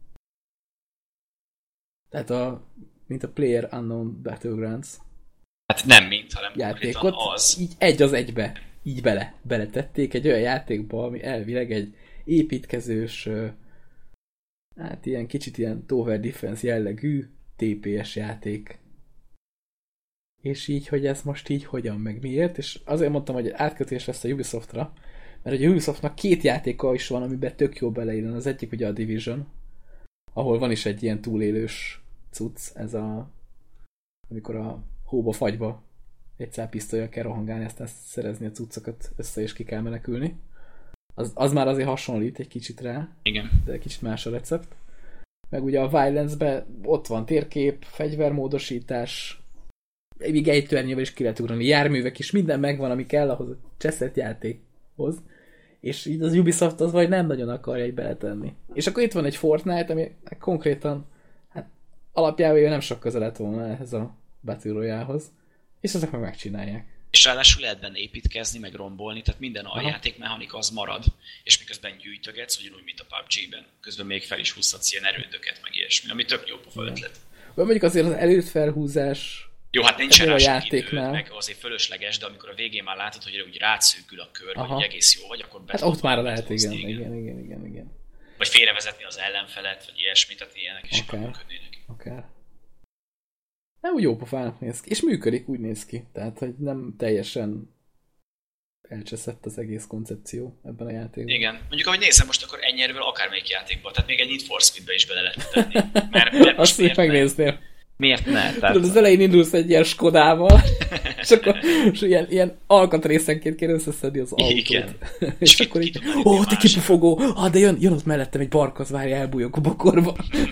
Tehát mint a Player Unknown Battlegrounds Hát nem mint, hanem játékot, konkrétan az. így egy az egybe, így beletették egy olyan játékba, ami elvileg egy építkezős, hát ilyen kicsit ilyen Tower Defense jellegű TPS játék. És így, hogy ez most így hogyan, meg miért, és azért mondtam, hogy átkötés lesz a Ubisoftra, mert a Ubisoftnak 2 játéka is van, amiben tök jó beleillene. Az egyik ugye a Division, ahol van is egy ilyen túlélős cucc, ez amikor a hóba, fagyba egy szápisztollyal kell rohangálni, aztán szerezni a cuccokat össze, és ki kell menekülni. Az már azért hasonlít egy kicsit rá, Igen. de kicsit más a recept. Meg ugye a Violence-ben ott van térkép, fegyvermódosítás, még ejtőernyővel is ki lehet ugrani, járművek is, minden megvan, ami kell ahhoz a cseszett játékhoz. És így az Ubisoft az vagy nem nagyon akarja egy beletenni. És akkor itt van egy Fortnite, ami konkrétan hát alapjában nem sok köze lett volna ehhez a Battle Royale-hoz. És ezek meg megcsinálják. És ráadásul lehet benne építkezni, meg rombolni, tehát minden aljátékmechanika az marad, és miközben gyűjtögetsz, ugyanúgy, mint a PUBG-ben, közben még fel is húzhatsz ilyen erődöket, meg ilyesmi, ami tök jó pofa ötlet. Vagy mondjuk azért az előfelhúzás jó, hát nincs rá a sok játéknál. idő, meg azért fölösleges, de amikor a végén már látod, hogy úgy rátszűkül a kör, vagy hogy egész jó vagy, akkor hát ott már lehet, igen. Vagy félrevezetni az ellenfelet, vagy ilyesmit, tehát ilyenek is működnének. Akár. Nem úgy jó pofának néz ki. És működik, úgy néz ki. Tehát, hogy nem teljesen elcseszett az egész koncepció ebben a játékban. Igen. Mondjuk, ahogy nézem most, akkor ennyi erővel akármelyik játékban. Tehát még egy Need for Speedbe is bele lehet tenni. Mert azt még megnéznél. Miért ne? Tehát... Az elején indulsz egy ilyen Skodával, és akkor és ilyen alkatrészenként kell összeszedni az autót. Igen. És akkor így, te kipufogó, de jön ott mellettem egy barkaz, várj, elbújok a bokorba.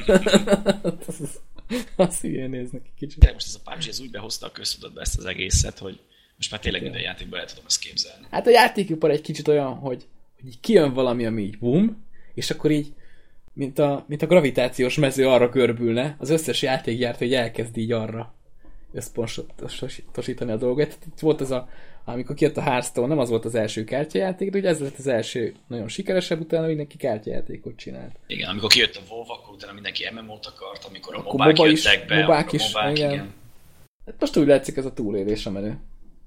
Azt hülyén néznek egy kicsit. De most ez a PUBG ez úgy behozta a köztudatba ezt az egészet, hogy most már tényleg minden játékban el tudom ezt képzelni. Hát a játékipar egy kicsit olyan, hogy így kijön valami, ami így bum, és akkor így mint a gravitációs mező arra görbülne, az összes játékgyártó így elkezd így arra összpontosítani a dolgot. Itt volt ez amikor kijött a Hearthstone, nem az volt az első kártyajáték, de ugye ez lett az első nagyon sikeresebb, utána mindenki kártyajátékot csinált. Igen, amikor kijött a WoW, akkor utána mindenki MMO-t akart, amikor a mobák jöttek be, mobák is, igen. Hát most úgy látszik ez a túlélés a menő.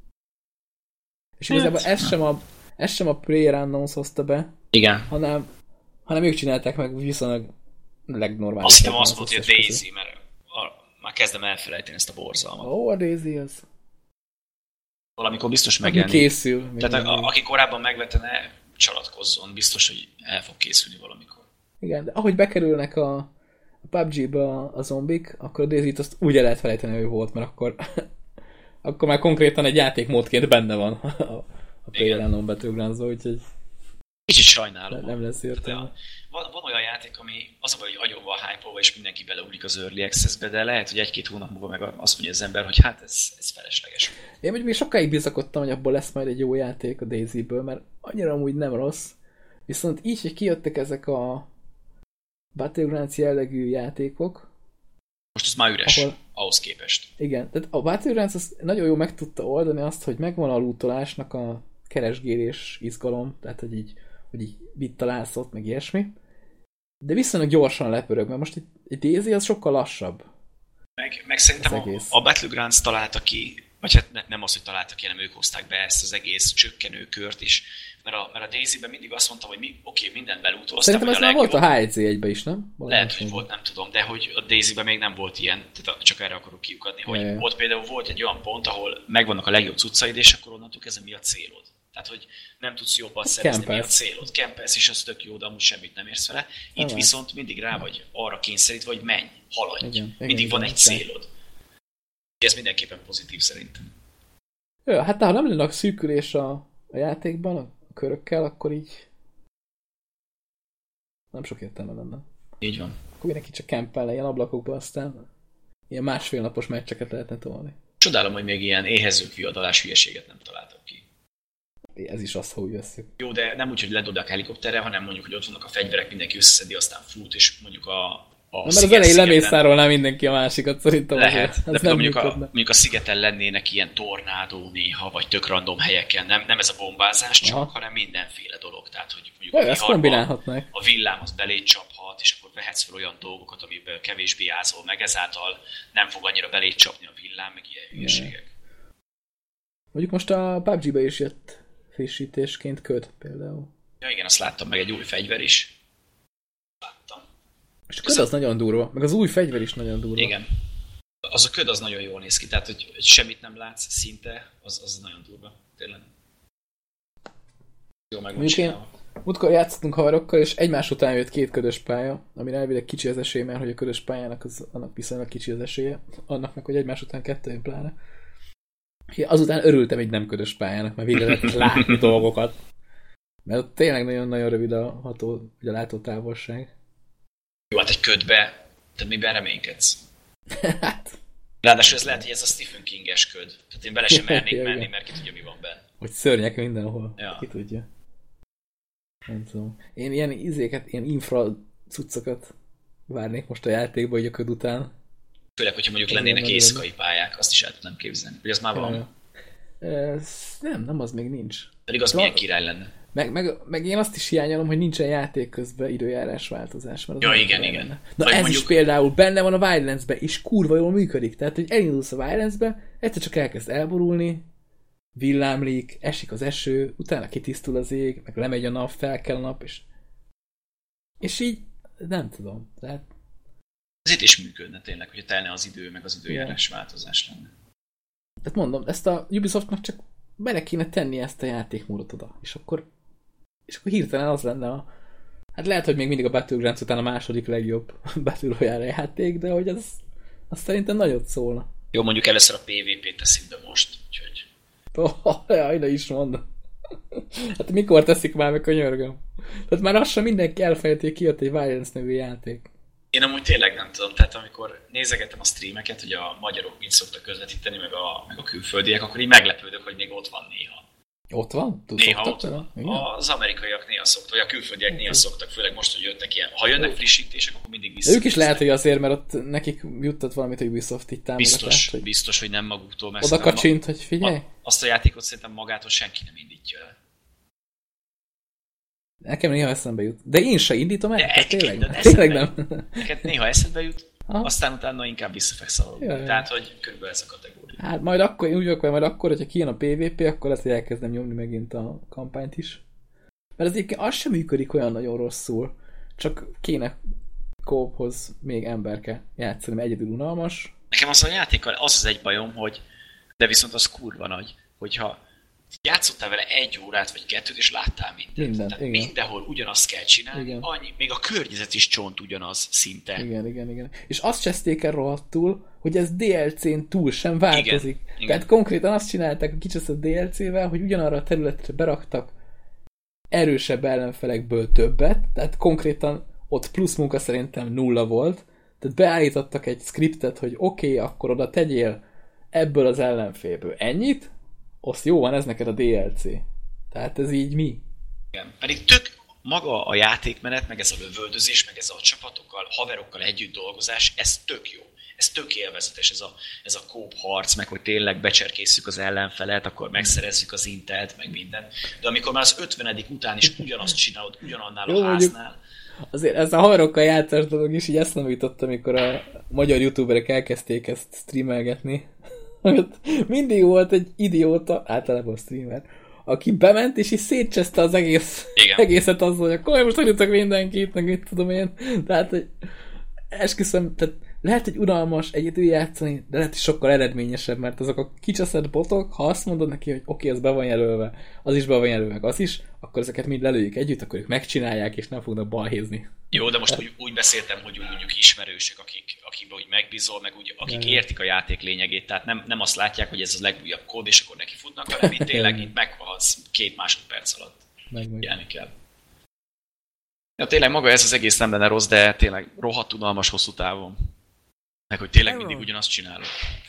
És igazából ez sem a PlayerUnknown's hozta be, igen. hanem ők csinálták meg viszonylag legnormálisabb. Azt hiszem azt volt, hogy a Daisy, mert már kezdem elfelejteni ezt a borzalmat. A Daisy az... Valamikor biztos megjelenik. Készül. Tehát aki korábban megvette, ne csalatkozzon, biztos, hogy el fog készülni valamikor. Igen, de ahogy bekerülnek a PUBG-ba a zombik, akkor a Daisy-t azt úgy el lehet felejteni, hogy volt, mert akkor már konkrétan egy játékmódként benne van a PlayerUnknown Battlegrounds-ba, úgyhogy kicsit sajnálom. Nem lesz értelme. Van olyan játék, ami az a baj, hogy agyon van hype-olva, és mindenki beleugrik az Early Access-be, de lehet, hogy 1-2 hónap múlva meg azt mondja az ember, hogy hát ez felesleges. Én még sokáig bizakodtam, hogy abból lesz majd egy jó játék a Daisy-ből, mert annyira amúgy nem rossz. Viszont így, hogy kijöttek ezek a Battlegrounds jellegű játékok. Most ez már üres, ahhoz képest. Igen, tehát a Battlegrounds az nagyon jó meg tudta oldani azt, hogy megvan a lootolásnak a keresgélés izgalom, tehát hogy így mit találsz ott, meg ilyesmi. De viszonylag gyorsan lepörög, mert most egy Daisy az sokkal lassabb. Meg szerintem a Battlegrounds találta ki, vagy hát nem az, hogy találta ki, hanem ők hozták be ezt az egész csökkenő kört is, mert a Daisy-ben mindig azt mondtam, hogy mindent belútoloztam. Szerintem ez már volt a HC1-ben is, nem? Lehet, hogy volt, nem tudom, de hogy a Daisy-ben még nem volt ilyen, tehát csak erre akarok kiukadni, hogy ott például volt egy olyan pont, ahol megvannak a legjobb cuccaid, és akkor onnantól kezdve mi a célod. Tehát, hogy nem tudsz jobban szerezni, mi a célod. Campelsz, és az tök jó, de amúgy semmit nem érsz vele. Itt viszont mindig rá vagy arra kényszerítve, hogy menj, haladj. Mindig van egy célod. Ez mindenképpen pozitív szerintem. Jó, hát ha nem lenne a szűkülés a játékban, a körökkel, akkor így nem sok értelme lenne. Így van. Akkor mindenki csak campelne ilyen ablakokba, aztán ilyen másfél napos meccseket lehetne tolni. Csodálom, hogy még ilyen éhezők viadalás hülyeséget nem találtak ki. Ez is azt, ha úgy veszük. Jó, de nem úgy, hogy ledobják helikopterre, hanem mondjuk, hogy ott vannak a fegyverek, mindenki összeszedi, aztán fut, és mondjuk a Mert az elején lemészárolná mindenki a másikat, szerintem lehet, azért. de nem mondjuk a szigeten lennének ilyen tornádó néha, vagy tök random helyeken, nem ez a bombázás csak, hanem mindenféle dolog. Tehát, hogy mondjuk ezt kombinálhatnák. A villám az beléd csaphat, és akkor vehetsz fel olyan dolgokat, amiből kevésbé ázol meg, ezáltal nem fog annyira beléd csapni a villám, meg ilyen hülyeségek. Mondjuk most a PUBG-be is jött frissítésként köd például. Ja igen, azt láttam, meg egy új fegyver is. Láttam. És a köd az nagyon durva, meg az új fegyver is nagyon durva. Igen. Az a köd az nagyon jól néz ki, tehát hogy semmit nem látsz szinte, az nagyon durva. Tényleg. Jó meg van csinálva. Múltkor játszottunk haverokkal, és egymás után jött 2 ködös pálya, amire elvileg kicsi az esély, mert hogy a ködös pályának annak viszonylag kicsi az esélye, annak meg, hogy egymás után 2 jön pláne. Azután örültem egy nem ködös pályának, mert végre lehet látni dolgokat. Mert ott tényleg nagyon-nagyon rövid a látótávolság. Jó, hát egy ködbe, te miben reménykedsz? Hát... Ráadásul ez lehet, hogy ez a Stephen King-es köd. Tehát én bele sem mernék menni, mert ki tudja, mi van benne. Hogy szörnyek mindenhol. Ja. Ki tudja. Nem tudom. Én ilyen ilyen infra cuccokat várnék most a játékba, hogy a köd után. Főleg, hogyha mondjuk lennének éjszakai pályák, azt is el tudnám képzelni. Hogy az már van. Nem, az még nincs. Pedig az milyen király lenne. Meg én azt is hiányolom, hogy nincsen játék közben időjárás változás. Mert ja, igen. Na vagy ez mondjuk... is például benne van a Wildlands-be, és kurva jól működik. Tehát, hogy elindulsz a Wildlands-be, egyszer csak elkezd elborulni, villámlik, esik az eső, utána kitisztul az ég, meg lemegy a nap, felkel a nap, és így nem tudom. Tehát... Ez itt is működne tényleg, hogyha telne az idő, meg az időjárás változás lenne. Tehát mondom, ezt a Ubisoftnak csak bele kéne tenni ezt a játékmódot oda, és akkor hirtelen az lenne hát lehet, hogy még mindig a Battlegrounds után a második legjobb Battle Royale játék, de hogy az szerintem nagyot szólna. Jó, mondjuk először a PvP teszik be most, úgyhogy... Jaj, ne is mondom. Hát mikor teszik már meg, könyörgöm? Tehát már lassan mindenki elfelejti, hogy kijött egy Violence nevű játék. Én amúgy tényleg nem tudom, tehát amikor nézegettem a streameket, hogy a magyarok mit szoktak közvetíteni, meg a külföldiek, akkor így meglepődök, hogy még ott van néha. Ott van? Néha ott van. Az amerikaiak néha szoktak, vagy a külföldiek néha szoktak, főleg most, hogy jöttek ilyen. Ha jönnek frissítések, akkor mindig vissza. Ők is lehet, hogy azért, mert ott nekik juttat valamit, hogy Ubisoft itt támogatást. Biztos, hogy nem maguktól. Oda kacsint, hogy figyelj. Azt a játékot szerintem magától senki nem indítja el. Nekem néha eszembe jut. De én se indítom el? Tényleg nem. Neked néha eszembe jut, aztán utána inkább visszafeksz aludni. Tehát, hogy körülbelül ez a kategória. Hát majd akkor, hogyha kijön a PvP, akkor azt elkezdem nyomni megint a kampányt is. Mert az egyébként az sem működik olyan nagyon rosszul. Csak kéne co-ophoz még emberke játszani, mert egyedül unalmas. Nekem az a játékkal az egy bajom, hogy de viszont az kurva nagy, hogyha játszottál vele 1 órát vagy 2, és láttál mindent. Tehát mindenhol ugyanazt kell csinálni, annyi, még a környezet is csont ugyanaz szinte. Igen. És azt cseszték el rohadtul, hogy ez DLC-n túl sem változik. Igen. Tehát konkrétan azt csinálták a kicseszett DLC-vel, hogy ugyanarra a területre beraktak erősebb ellenfelekből többet, tehát konkrétan ott plusz munka szerintem 0 volt, tehát beállítottak egy scriptet, hogy oké, akkor oda tegyél ebből az ellenfélből ennyit, azt jó van, ez neked a DLC. Tehát ez így mi? Igen, pedig tök maga a játékmenet, meg ez a lövöldözés, meg ez a csapatokkal, haverokkal együtt dolgozás, ez tök jó. Ez tök élvezetes, ez a kóp harc, meg hogy tényleg becserkészszük az ellenfelet, akkor megszerezzük az intelt, meg minden. De amikor már az 50. után is ugyanazt csinálod, ugyanannál jó, a háznál. Azért ez a haverokkal játszás dolog is így eszembe jutott, amikor a magyar youtuberek elkezdték ezt streamelgetni. Mindig volt egy idióta, általában streamer, aki bement és így szétcseszte az egészet azzal, hogy akkor most hagyjatok mindenkit, meg mit tudom én. Tehát, hogy esküszöm, tehát lehet, hogy unalmas egyedül játszani, de lehet, hogy sokkal eredményesebb, mert azok a kicseszett botok, ha azt mondod neki, hogy oké, az be van jelölve, az is be van jelölve, az is, akkor ezeket mind lelőjük együtt, akkor ők megcsinálják, és nem fognak balhézni. Jó, de most úgy beszéltem, hogy mondjuk ismerősök, akikben úgy megbízol, meg úgy, akik értik a játék lényegét, tehát nem azt látják, hogy ez a legújabb kód, és akkor neki futnak, hanem itt tényleg itt meghalsz 2 másodperc alatt. Jelni kell. Ja, tényleg maga ez az egész nem lenne rossz, de tényleg rohadt unalmas hosszú távon. Meg hogy tényleg mindig ugyanazt csinálok.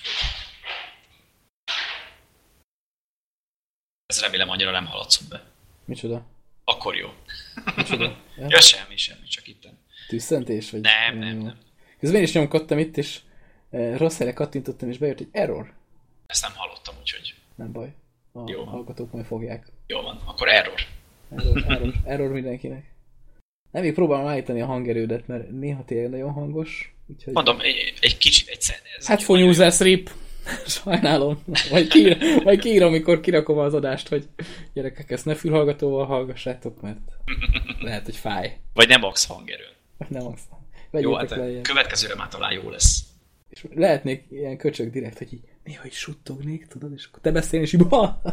Ez remélem annyira nem haladszom be. Micsoda? Akkor jó. Micsoda? Ja, semmi, csak itten. Tüsszentés? Vagy nem. Közben én is nyomkodtam itt, és rossz helyre kattintottam, és bejött egy error. Ezt nem hallottam, úgyhogy... Nem baj. A Jó van. hallgatók majd fogják. Jó van, akkor error. Error mindenkinek. Nem, még próbálom állítani a hangerődet, mert néha tényleg nagyon hangos. Úgyhogy... Mondom, egy kicsit egyszer. Hát for users rip. Sajnálom. Vagy kiírom, amikor kirakom az adást, hogy gyerekek, ezt ne fülhallgatóval hallgassátok, mert lehet, hogy fáj. Vagy nem max hangerőn. Nem azt. Jó, hát következőre már talán jó lesz. És lehetnék ilyen köcsög direkt, hogy így néha is suttognék, tudod, és akkor te beszélni, és így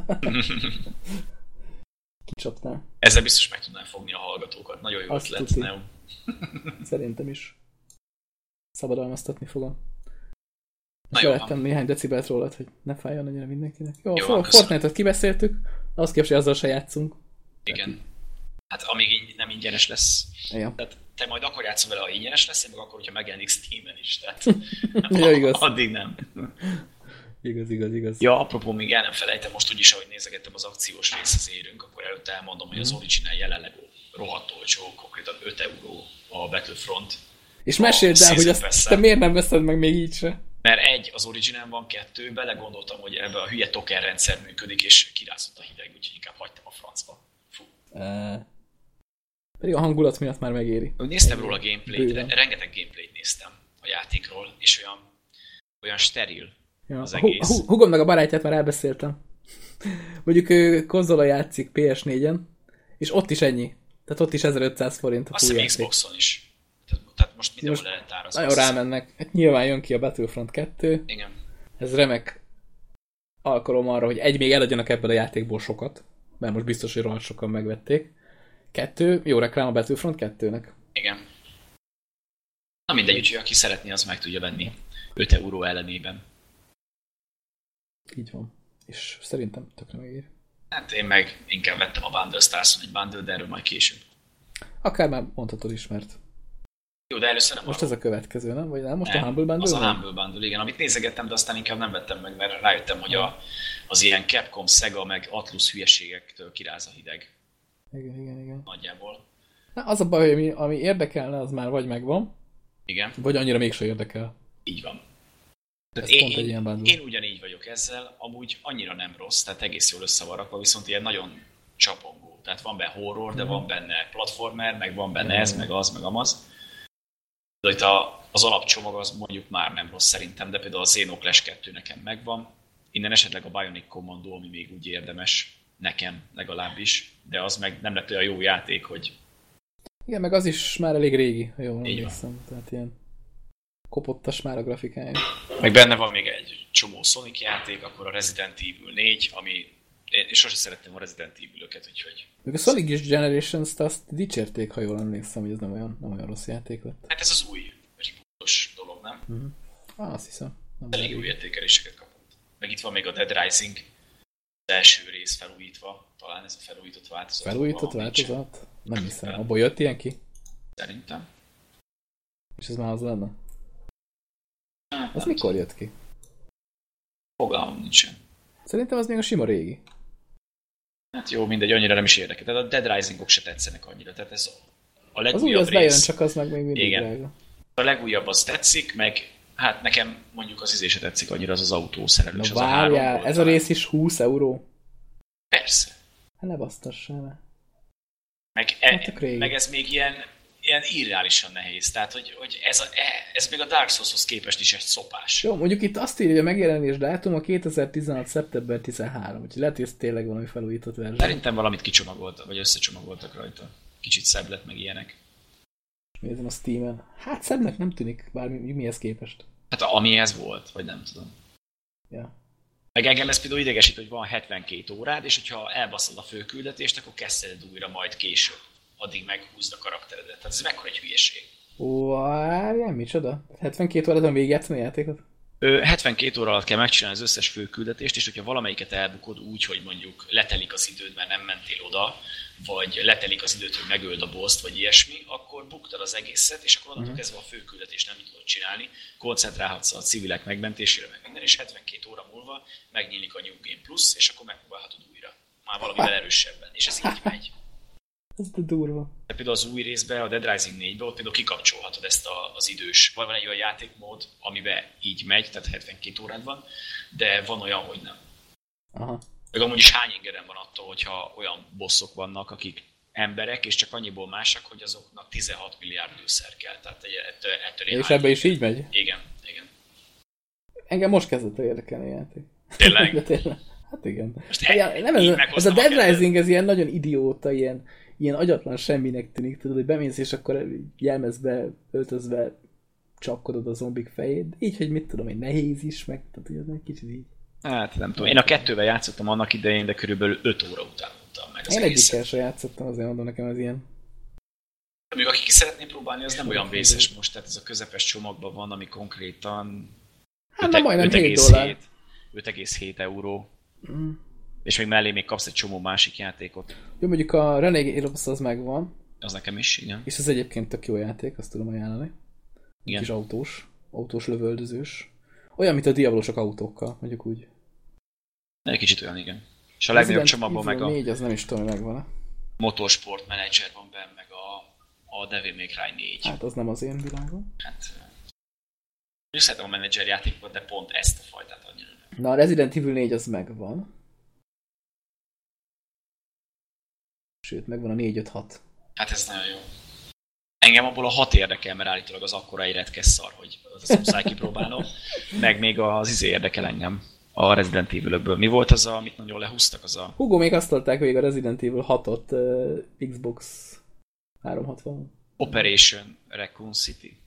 kicsapnál. Ezzel biztos meg tudnám fogni a hallgatókat. Nagyon jó Azt ötlet. tuti. Szerintem is. Szabadalmaztatni fogom. És levettem néhány decibelt rólad, hogy ne fájjon annyira mindenkinek. Jó, a Fortnite-ot kibeszéltük, azt képest, hogy azzal se játszunk. Igen. Hát amíg nem ingyenes lesz. Ja. Tehát te majd akkor játszol vele, ha ingyenes lesz, én meg akkor, hogyha megjelenik Steamen is. Tehát ja, igaz. addig nem. Igaz. Ja, apropó, még el nem felejtem, most úgyis, ahogy nézegettem az akciós részhez érünk, akkor előtte elmondom, hogy az Original jelenleg rohadt olcsó, konkrétan 5 euró a Battlefront. És meséld el, hogy azt te miért nem veszed meg még így se? Mert az Original van, 2, belegondoltam, hogy ebbe a hülye token rendszer működik, és kirázott a hideg, úgyhogy inkább hagytam a francba. Fú. Pedig a hangulat miatt már megéri. Néztem róla gameplayt, rengeteg gameplayt néztem a játékról, és olyan steril az egész. Hugom meg a barátját már elbeszéltem. Mondjuk ő konzolon játszik PS4-en, és ott is ennyi. Tehát ott is 1500 forint a azt hiszem Xboxon is. Tehát most mindenhol le lehet árazni. Nagyon rámennek. Hát nyilván jön ki a Battlefront 2. Igen. Ez remek alkalom arra, hogy még eladjanak ebből a játékból sokat. Mert most biztos, hogy rohadt sokan megvették. 2, jó reklám a Battlefront 2-nek. Igen. Na mindegy, úgyhogy aki szeretné, az meg tudja venni 5 euró ellenében. Így van. És szerintem tökre megér. Hát én meg inkább vettem a Bundle Stars-on egy bundle, de erről majd később. Akár már mondhatod is, mert... Jó, de először nem most ez a következő, nem? Vagy nem? Most nem, a Humble Bundle? Az a Humble Bundle, igen. Amit nézegettem, de aztán inkább nem vettem meg, mert rájöttem, hogy az ilyen Capcom, Sega, meg Atlus hülyeségektől kiráz a hideg. Igen. Nagyjából. Na, az a baj, hogy ami érdekelne, az már vagy megvan. Igen. Vagy annyira mégse érdekel. Így van. Én ugyanígy vagyok ezzel, amúgy annyira nem rossz, tehát egész jól össze van rakva, viszont ilyen nagyon csapongó. Tehát van benne horror, de van benne platformer, meg van benne ez, meg az, meg amaz. De itt az alapcsomag az mondjuk már nem rossz szerintem, de például a Xenoclash 2 nekem megvan. Innen esetleg a Bionic Commando, ami még úgy érdemes, nekem legalábbis, de az meg nem lett olyan jó játék, hogy... Igen, meg az is már elég régi, ha jól így emlékszem. Tehát ilyen kopottas már a grafikája. Meg benne van még egy csomó Sonic játék, akkor a Resident Evil 4, ami... Én sosem szerettem a Resident Evil-öket, úgyhogy... Még a Sonic Generations-t azt dicsérték, ha jól emlékszem, hogy ez nem olyan rossz játék lett. Hát ez az új rebootos dolog, nem? Azt hiszem. Elég új értékeléseket kapott. Meg itt van még a Dead Rising, az első rész felújítva, talán ez a felújított változat. Felújított változat? Nem hiszem. Abból jött ilyen ki? Szerintem. És ez már az lenne? Az mikor jött ki? Fogalmam nincsen. Szerintem az még a sima régi. Hát jó, mindegy, annyira nem is érdekel. Tehát a Dead Rising-ok se tetszenek annyira. Tehát ez a legújabb az új, az rész. bejön, csak az meg még mindig igen. drága. A legújabb az tetszik, meg hát nekem mondjuk az izé se tetszik annyira, az autószerelős. Na várjál, ez a rész is 20 euró? Persze. Hát ne basztassál le. Meg ez még ilyen irreálisan nehéz. Tehát, hogy ez még a Dark Souls-hoz képest is egy szopás. Jó, mondjuk itt azt írja, hogy a megjelenés dátum a 2016. szeptember 13. Úgyhogy lehet, hogy ez tényleg valami felújított verzió. Szerintem valamit kicsomagoltak, vagy összecsomagoltak rajta. Kicsit szebb lett, meg ilyenek. Nézem a Steam-en. Hát szebbnek nem tűnik, bármi mihez képest. Hát amihez volt, vagy nem tudom. Ja. Meg engem ez például idegesít, hogy van 72 órád, és hogyha elbaszod a főküldetést, akkor kezded újra majd később. Addig meghúzd a karakteredet. Tehát ez mekkora egy hülyeség. Várjál, micsoda? 72 órában végigjátszani a játékot? 72 óra alatt kell megcsinálni az összes főküldetést, és hogyha valamelyiket elbukod úgy, hogy mondjuk letelik az időd, mert nem mentél oda, vagy letelik az időt, hogy megöld a boszt, vagy ilyesmi, akkor buktad az egészet, és akkor onnantól kezdve a főküldetést nem tudod csinálni, koncentrálhatsz a civilek megmentésére, meg minden, és 72 óra múlva megnyílik a New Game Plus, és akkor megpróbálhatod újra. Már valamivel erősebben, és ez így megy. Ez de durva. De például az új részben, a Dead Rising 4-ben ott például kikapcsolhatod ezt az idős. Van egy olyan játékmód, amiben így megy, tehát 72 órád van, de van olyan, hogy nem. Aha. Meg amúgy is hány ingeren van attól, hogyha olyan bosszok vannak, akik emberek, és csak annyiból másak, hogy azoknak 16 milliárd lőszer kell. Tehát ettől és ebbe is így megy? Igen. Engem most kezdett el érdekelni a játék. Tényleg? Tényleg. Hát igen. Nem ez a Dead Rising, ez ilyen nagyon idióta, ilyen agyatlan semminek tűnik, tudod, hogy bemész, és akkor jelmezbe, öltözve csapkodod a zombik fejét. Így, hogy mit tudom, hogy nehéz is, meg tehát, hogy ez egy kicsit így. Hát nem tudom. Én a 2-vel játszottam annak idején, de körülbelül 5 óra után mondtam meg az Én egészet. egyikkel sem játszottam, azért mondom nekem az ilyen. Még aki ki szeretné próbálni, az nem olyan vészes most, tehát ez a közepes csomagban van, ami konkrétan hát nem majdnem $7. 5,7 euró. És még mellé még kapsz egy csomó másik játékot. Jó, mondjuk a Renegade Ops az megvan. Az nekem is, igen. És ez egyébként tök jó játék, azt tudom ajánlani. Igen. Kis autós lövöldözős. Olyan, mint a Diablo, csak autókkal, mondjuk úgy. Egy kicsit olyan, igen. És a legnagyobb csomagban meg a 4, az nem is tudom, hogy megvan-e. Motorsport Manager van benne, meg a Devil May Cry 4. Hát az nem az én világom. Hát, szeretem a menedzser játékot, de pont ezt a fajtát annyira nem. Na, a Resident Evil 4 az megvan. Sőt, megvan a 4-5-6. Hát ez nagyon jó. Engem abból a 6 érdekel, mert állítólag az akkora egy retkes szar, hogy azt muszáj kipróbálnom. Meg még az érdekel engem a Resident Evil-ökből. Mi volt az, amit nagyon lehúztak? Az a... Hugo még azt tolták még a Resident Evil 6-ot Xbox 360. Operation Raccoon City.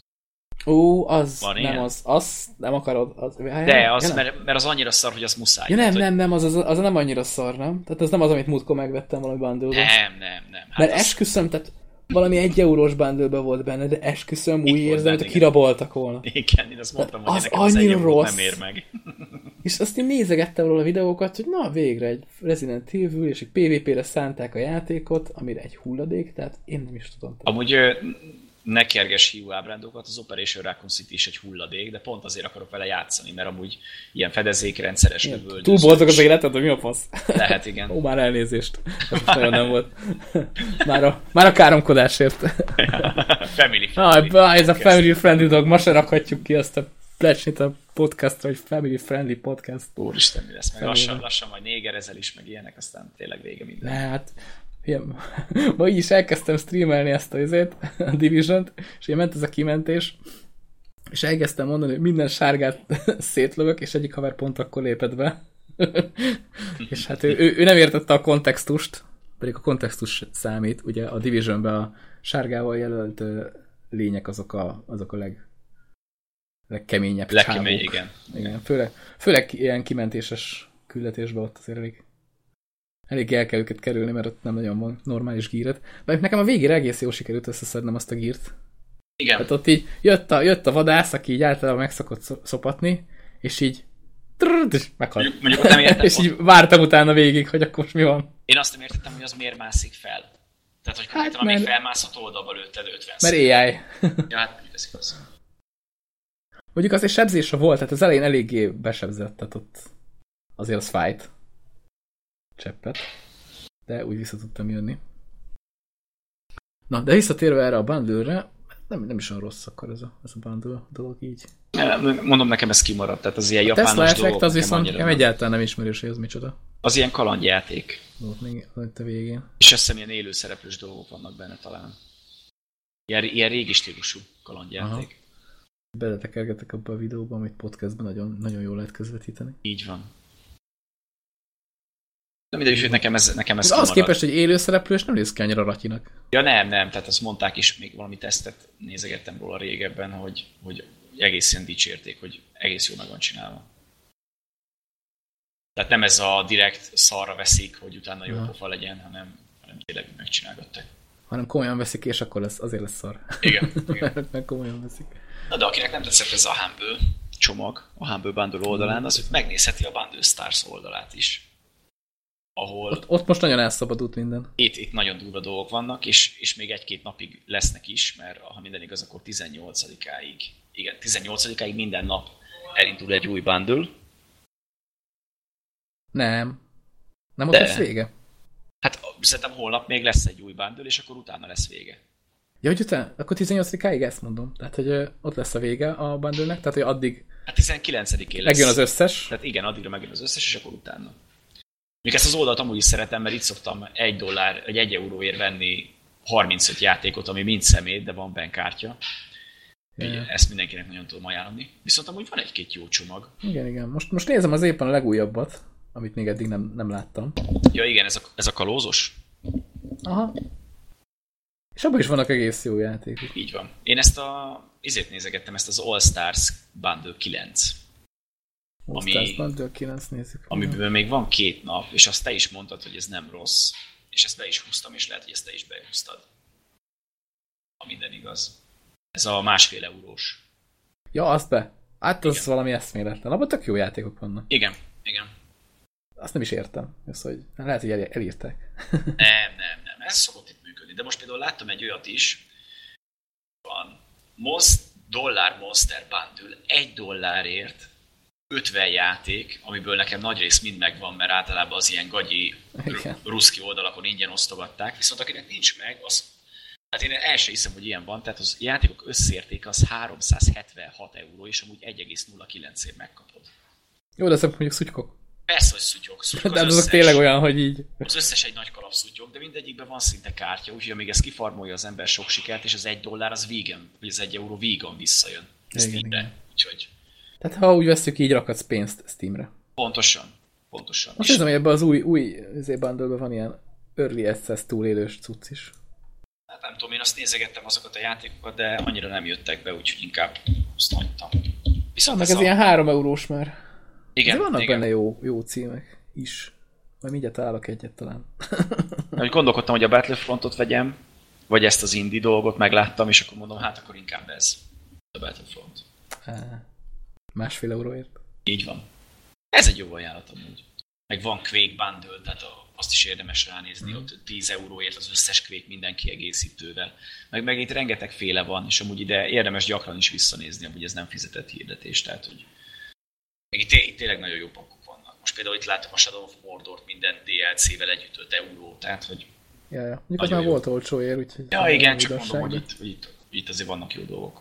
Ó, az van nem ilyen? az nem akarod. Az, de, az, mert az annyira szar, hogy az muszáj. Ja, nem, tehát, nem, az nem annyira szar, nem? Tehát az nem az, amit múltkor megvettem valami bundle-ba. Nem. Hát mert az... esküszöm, tehát valami 1 eurós bundle volt benne, de esküszöm úgy érzem, hogy kiraboltak volna. Igen, én azt mondtam, hogy az nekem az 1 eurót rossz. nem ér meg. És azt én nézegettem róla a videókat, hogy na végre egy Resident Evil, és egy PvP-re szánták a játékot, amire egy hulladék, tehát én nem is tudom. Amúgy ne kerges hiú ábrándokat, az Operation Raccoon City is egy hulladék, de pont azért akarok vele játszani, mert amúgy ilyen fedezékrendszeres lövöldözős. Túl boldog az életed, hogy mi a fasz? Lehet, igen. Ó, már elnézést. Ez nagyon nem volt. Már a káromkodásért. Family friendly. Ez a family friendly dog, ma se rakhatjuk ki azt a plecsnit a podcastra, hogy family friendly podcast. Úristen, mi lesz meg? Lassan majd négerezel is, meg ilyenek, aztán tényleg vége minden. Hát, ma így is elkezdtem streamelni ezt a Division-t, és ilyen ment ez a kimentés, és elkezdtem mondani, hogy minden sárgát szétlövök, és egyik haver pont akkor lépett be. És hát ő nem értette a kontextust, pedig a kontextus számít, ugye a Division-ben a sárgával jelölt lények azok a legkeményebb csávók. Igen. Főleg ilyen kimentéses küldetésben ott azért elég el kell őket kerülni, mert ott nem nagyon van normális gíret. De nekem a végére egész jól sikerült összeszednem azt a gírt. Igen. Hát ott így jött a vadász, aki így általában meg szokott szopatni, és így és meghalt. Mondjuk nem értem. És így vártam utána végig, hogy akkor most mi van. Én azt nem értettem, hogy az miért mászik fel. Tehát, hogy konkrétan amíg felmászott oldalba lőtted 50 Mert AI. Ja, hát úgy veszik az. Mondjuk azért sebzése volt, tehát az elején eléggé besebzett, tehát ott azért az fájt. Cseppet. De úgy vissza tudtam jönni. Na, de visszatérve erre a bundle-re, nem is olyan rossz akkor ez a bundle dolog így. Mondom, nekem ez kimaradt, tehát az ilyen a japános Tesla dolgok. Effect az viszont egyáltalán nem ismerős, hogy ez micsoda. Az ilyen kalandjáték. Volt még a végén. És azt hiszem ilyen élőszereplős dolgok vannak benne talán. Ilyen régi stílusú kalandjáték. Beletekergetek abba a videóba, amit podcastban nagyon, nagyon jól lehet közvetíteni. Így van. De mindegy, hogy nekem ez az képest, hogy élőszereplős nem néz ki annyira ratyinak. Ja nem, tehát azt mondták is, még valami tesztet nézegettem róla régebben, hogy egészen dicsérték, hogy egész jól meg van csinálva. Tehát nem ez a direkt szarra veszik, hogy utána jó pofa legyen, hanem tényleg megcsinálgatták. Hanem komolyan veszik, és akkor azért lesz szar. Igen. Meg komolyan veszik. Na de akinek nem tetszett ez a Humble csomag, a Humble Bundle oldalán, az megnézheti a Bundle Stars oldalát is. Ahol ott most nagyon elszabadult minden. Itt nagyon durva dolgok vannak, és még 1-2 napig lesznek is, mert ha minden igaz, akkor 18-áig. Igen, 18-áig minden nap elindul egy új bundle. Nem ott lesz vége? Hát Szerintem holnap még lesz egy új bundle, és akkor utána lesz vége. Ja, hogy utána? Akkor 18-áig ezt mondom. Tehát, hogy ott lesz a vége a bundle-nek, tehát, hogy addig Hát 19-én lesz. megjön az összes. Tehát igen, addigra megjön az összes, és akkor utána. Még ezt az oldalt amúgy is szeretem, mert itt szoktam $1 vagy 1 euróért venni 35 játékot, ami mind szemét, de van benne kártya. Yeah. Ezt mindenkinek nagyon tudom ajánlani. Viszont amúgy van egy-két jó csomag. Igen. Most nézem az éppen a legújabbat, amit még eddig nem láttam. Ja igen, ez a kalózos. Aha. És abban is vannak egész jó játékok. Így van. Én ezért nézegettem, ezt az All Stars Bundle 9. All Stars Bundle 9 nézzük. Amiből még van 2 nap, és azt te is mondtad, hogy ez nem rossz. És ezt be is húztam, és lehet, hogy ezt te is behúztad. Ha minden igaz. Ez a 1,5 eurós. Ja, azt be. Hát az valami eszméletlen. Abban tök jó játékok vannak. Igen. Azt nem is értem. Ez, hogy lehet, hogy elírták. Nem. Ez szokott itt működni. De most például láttam egy olyat is. Van $1 Monster Bundle $1 50 játék, amiből nekem nagy rész mind megvan, mert általában az ilyen gagyi ruszki oldalakon ingyen osztogatták. Viszont akinek nincs meg, az... Hát én el sem hiszem, hogy ilyen van, tehát az játékok összérték az 376 euró, és amúgy 1,09-ért megkapod. Jó, de ezek mondjuk szutykok. Persze, hogy szuttyok de az összes, tényleg olyan, hogy így. Az összes egy nagy kalap szuttyok, de mindegyikben van szinte kártya, úgyhogy amíg ezt kifarmolja az ember sok sikert, és az $1 az vegan, vagy az 1 euró vegan visszajön. Igen. Úgyhogy... Tehát ha úgy veszük, így rakadsz pénzt Steamre. Pontosan. Most érzem, hogy ebben az új bundle-ben van ilyen early access túlélős cucc is. Hát nem tudom, én azt nézegettem azokat a játékokat, de annyira nem jöttek be, úgyhogy inkább azt hagytam. Viszont meg ez ilyen 3 eurós már. Igen, de vannak benne jó címek is. Majd mindjárt találok egyet talán. Gondolkodtam, hogy a Battlefrontot vegyem, vagy ezt az indie dolgot megláttam, és akkor mondom, hát akkor inkább ez. A Battlefront. 1,5 euróért. Így van. Ez egy jó ajánlat amúgy. Meg van Quake Bundle, tehát azt is érdemes ránézni, ott 10 euróért az összes Quake minden kiegészítővel. Meg itt rengeteg féle van, és amúgy ide érdemes gyakran is visszanézni, amúgy ez nem fizetett hirdetés, tehát hogy... Meg itt tényleg nagyon jó pakkok vannak. Most például itt látom a Shadow of Mordort minden DLC-vel együtt 5 euró, tehát hogy... Ja. Mondjuk az már volt olcsóért, úgyhogy... Ja, igen, csak mondom, hogy itt azért vannak jó dolgok.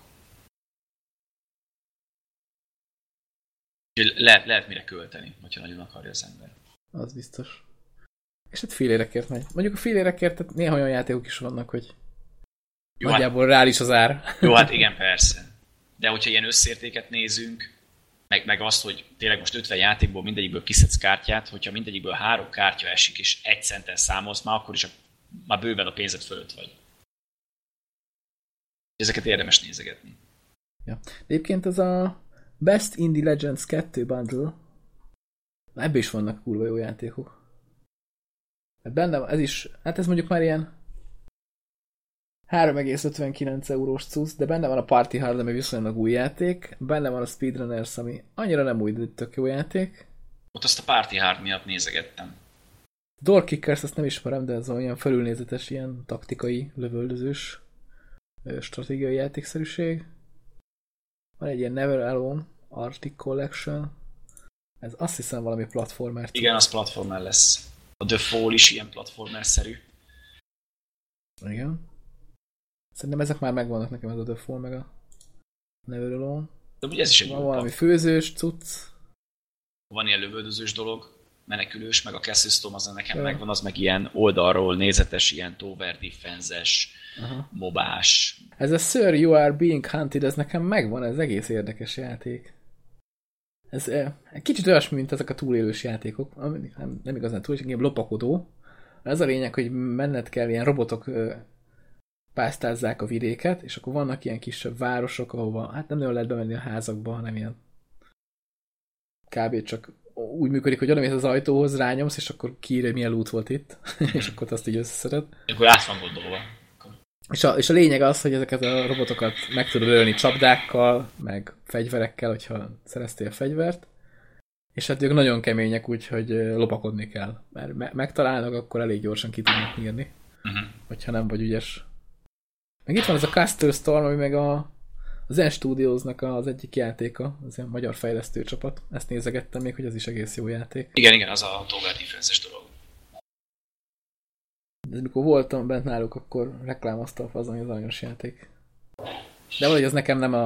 Lehet mire költeni, hogyha nagyon akarja az ember. Az biztos. És hát félérekért megy. Mondjuk a félérekért, tehát néha olyan játékok is vannak, hogy jó, nagyjából reális az ár. Jó, hát igen, persze. De hogyha ilyen összértéket nézünk, meg azt, hogy tényleg most 50 játékból mindegyikből kiszedsz kártyát, hogyha mindegyikből 3 kártya esik, és 1 centen számolsz, már akkor is már bőven a pénzed fölött vagy. Ezeket érdemes nézegetni. Ja. De egyébként ez a Best Indie Legends 2 bundle, ebben is vannak kurva jó játékok. Benne ez is, hát ez mondjuk már ilyen 3,59 eurós cucc, de benne van a Party Hard, ami viszonylag új játék, benne van a Speedrunners, ami annyira nem új, de tök jó játék. Ott azt a Party Hard miatt nézegettem. Door Kickers, azt nem ismerem, de ez olyan felülnézetes, ilyen taktikai, lövöldözős stratégiai játékszerűség. Van egy ilyen Never Alone Arctic Collection. Ez azt hiszem valami platformer. Igen, az platformer lesz. A The Fall is ilyen platformer-szerű. Igen. Szerintem ezek már megvannak nekem, ez a The Fall meg a Never Alone. De ugye ez is egy van valami főzős cucc. Van ilyen lövöldözős dolog, menekülős, meg a Castle Storm az nekem megvan, az meg ilyen oldalról nézetes, ilyen tower defense-es, mobás. Ez a Sir, You Are Being Hunted, ez nekem megvan, ez egész érdekes játék. Ez egy kicsit olyasmi, mint ezek a túlélős játékok, nem igazán túl, csak ilyen lopakodó. Ez a lényeg, hogy menned kell, ilyen robotok pásztázzák a vidéket, és akkor vannak ilyen kisebb városok, ahova hát nem nagyon lehet bemenni a házakba, hanem ilyen kb. Csak úgy működik, hogy odamész az ajtóhoz, rányomsz, és akkor kiírja, hogy milyen loot volt itt, és akkor azt így összeszeded. Akkor át van gondolva. És a lényeg az, hogy ezeket a robotokat meg tudod ölni csapdákkal, meg fegyverekkel, hogyha szereztél fegyvert, és hát ők nagyon kemények, úgyhogy lopakodni kell. Mert megtalálnak, akkor elég gyorsan ki tudnak nyírni, hogyha nem vagy ügyes. Meg itt van ez a Castle Storm, ami meg a Zen Studiosnak az egyik játéka, az ilyen magyar fejlesztő csapat. Ezt nézegettem még, hogy az is egész jó játék. Igen, az a tower defense-es dolog. Ez mikor voltam bent náluk, akkor reklámozta a Fazon, hogy az aranyos játék. De valahogy az nekem nem